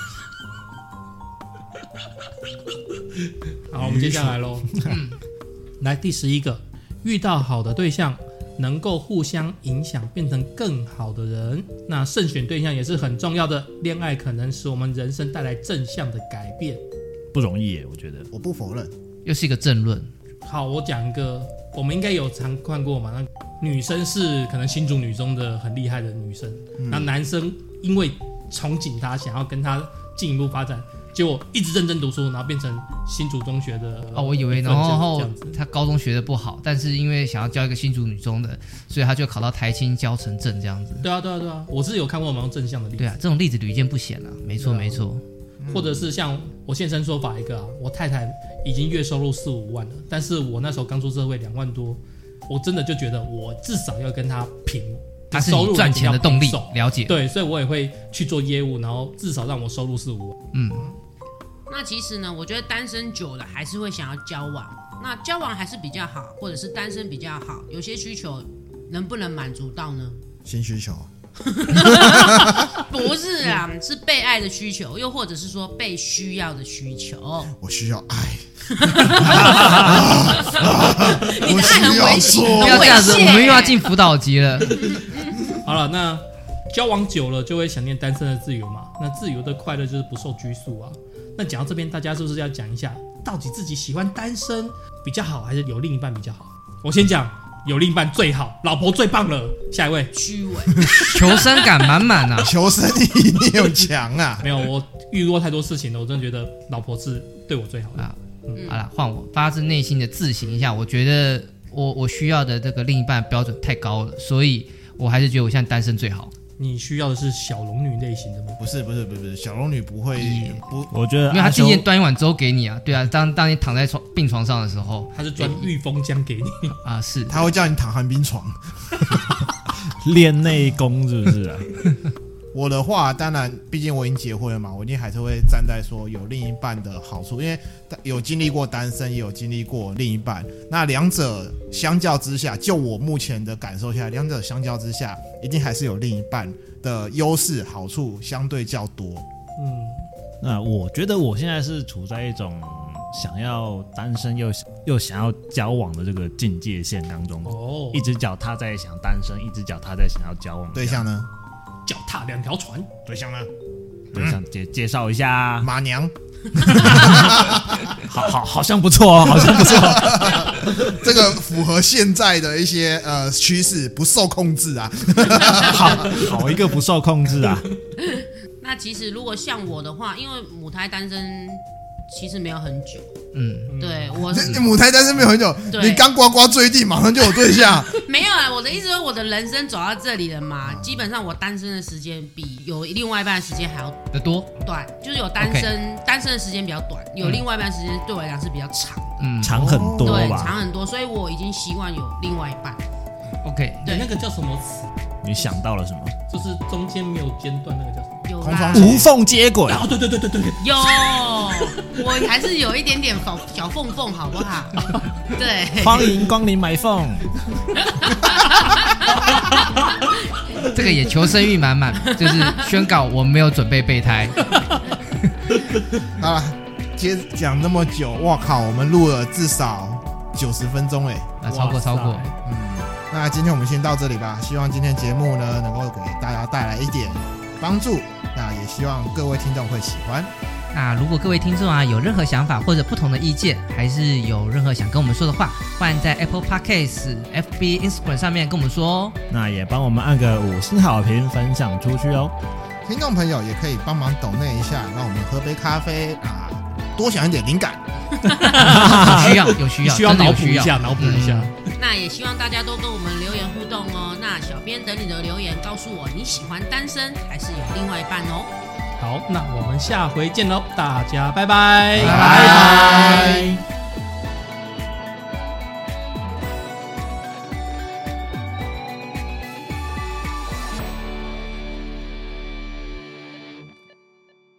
好，我们接下来喽。来第十一个，遇到好的对象，能够互相影响，变成更好的人。那慎选对象也是很重要的。恋爱可能使我们人生带来正向的改变， 不容易耶，我觉得。 我不否认， 又是一个正论。 好，我讲一个，我们应该有常看过嘛？那女生是可能新竹女中的很厉害的女生，嗯、那男生因为憧憬她，想要跟她进一步发展。结果一直认真读书，然后变成新竹中学的哦，我以为然后他高中学的不好，但是因为想要教一个新竹女中的，所以他就考到台清教成正这样子。 对啊，对啊，对啊，我是有看过蛮正向的例子。 对啊，这种例子屡见不鲜啊，没错、啊、没错。 或者是像我现身说法一个啊，我太太已经月收入四五万了，但是我那时候刚出社会两万多，我真的就觉得我至少要跟她平。 它是你赚钱的动力，了解。 对，所以我也会去做业务，然后至少让我收入四五万。 嗯。 那其实呢，我觉得单身久了还是会想要交往。那交往还是比较好，或者是单身比较好。有些需求能不能满足到呢？ 新需求？ 不是啊，是被爱的需求，又或者是说被需要的需求。 我需要爱。 你的爱很危险， 不要这样子，我们又要进辅导级了。 好了，那交往久了就会想念单身的自由嘛？那自由的快乐就是不受拘束啊。那讲到这边，大家是不是要讲一下，到底自己喜欢单身比较好，还是有另一半比较好？我先讲，有另一半最好，老婆最棒了。下一位， 虚伪， 求生感满满啊！ 求生欲你有强啊！ 没有，我遇过太多事情了，我真的觉得老婆是对我最好的。啊嗯、好了，换我发自内心的自省一下，我觉得我我需要的这个另一半标准太高了，所以我还是觉得我现在单身最好。 你需要的是小龙女类型的吗？ 不是不是不是不是，小龙女不会、yeah. 不， 我觉得因为她今天端一碗粥给你啊，对啊，当当你躺在床病床上的时候， 她是专御风浆给你啊，是， 她会叫你躺寒冰床， 练内功是不是啊？ 我的话，当然，毕竟我已经结婚了嘛，我一定还是会站在说有另一半的好处，因为有经历过单身，也有经历过另一半。那两者相较之下，就我目前的感受下来，两者相较之下，一定还是有另一半的优势好处相对较多。 嗯，那我觉得我现在是处在一种想要单身又又想要交往的这个境界线当中。哦，一只脚踏在想单身，一只脚踏在想要交往。 对象呢？ 脚踏两条船， 对象呢？ 对象介介绍一下， 马娘， 好好好像不错哦，好像不错。 这个符合现在的一些呃趋势，不受控制啊。 好好一个不受控制啊。 那其实如果像我的话，因为母胎单身其实没有很久， 嗯， 对我是母胎单身没有很久，你刚呱呱坠地，马上就有对象。 没有啊，我的意思说，我的人生走到这里了嘛，基本上我单身的时间比有另外一半的时间还要的多短，就是有单身、okay. 单身的时间比较短，有另外一半时间对我来讲是比较长， 嗯，长很多吧， 对，长很多，所以我已经习惯有另外一半。 OK， 对，那个叫什么词？ 你想到了什么？ 就是中间没有间断，那个叫什么？ 有啦， 无缝接轨。 哦，对对对对对， 有，我还是有一点点小小缝缝，好不好？对， 欢迎光临买缝。 这个也求生欲满满，就是宣告我没有准备备胎。 好了， 接讲那么久，哇靠，我们录了至少九十分钟哎， 啊，超过超过， 嗯，那今天我们先到这里吧。希望今天节目呢能够给大家带来一点帮助，那也希望各位听众会喜欢。 那如果各位听众啊有任何想法或者不同的意见，还是有任何想跟我们说的话，欢迎在 Apple Podcast、F B、Instagram 上面跟我们说哦。 那也帮我们按个五星好评，分享出去哦。 听众朋友也可以帮忙抖内一下，让我们喝杯咖啡啊，多想一点灵感。 有需要，有需要， 需要脑补一下，脑补一下。 嗯、那也希望大家多跟我们留言互动哦。那小编等你的留言，告诉我你喜欢单身还是有另外一半哦。 好，那我们下回见喽，大家拜拜， 拜拜。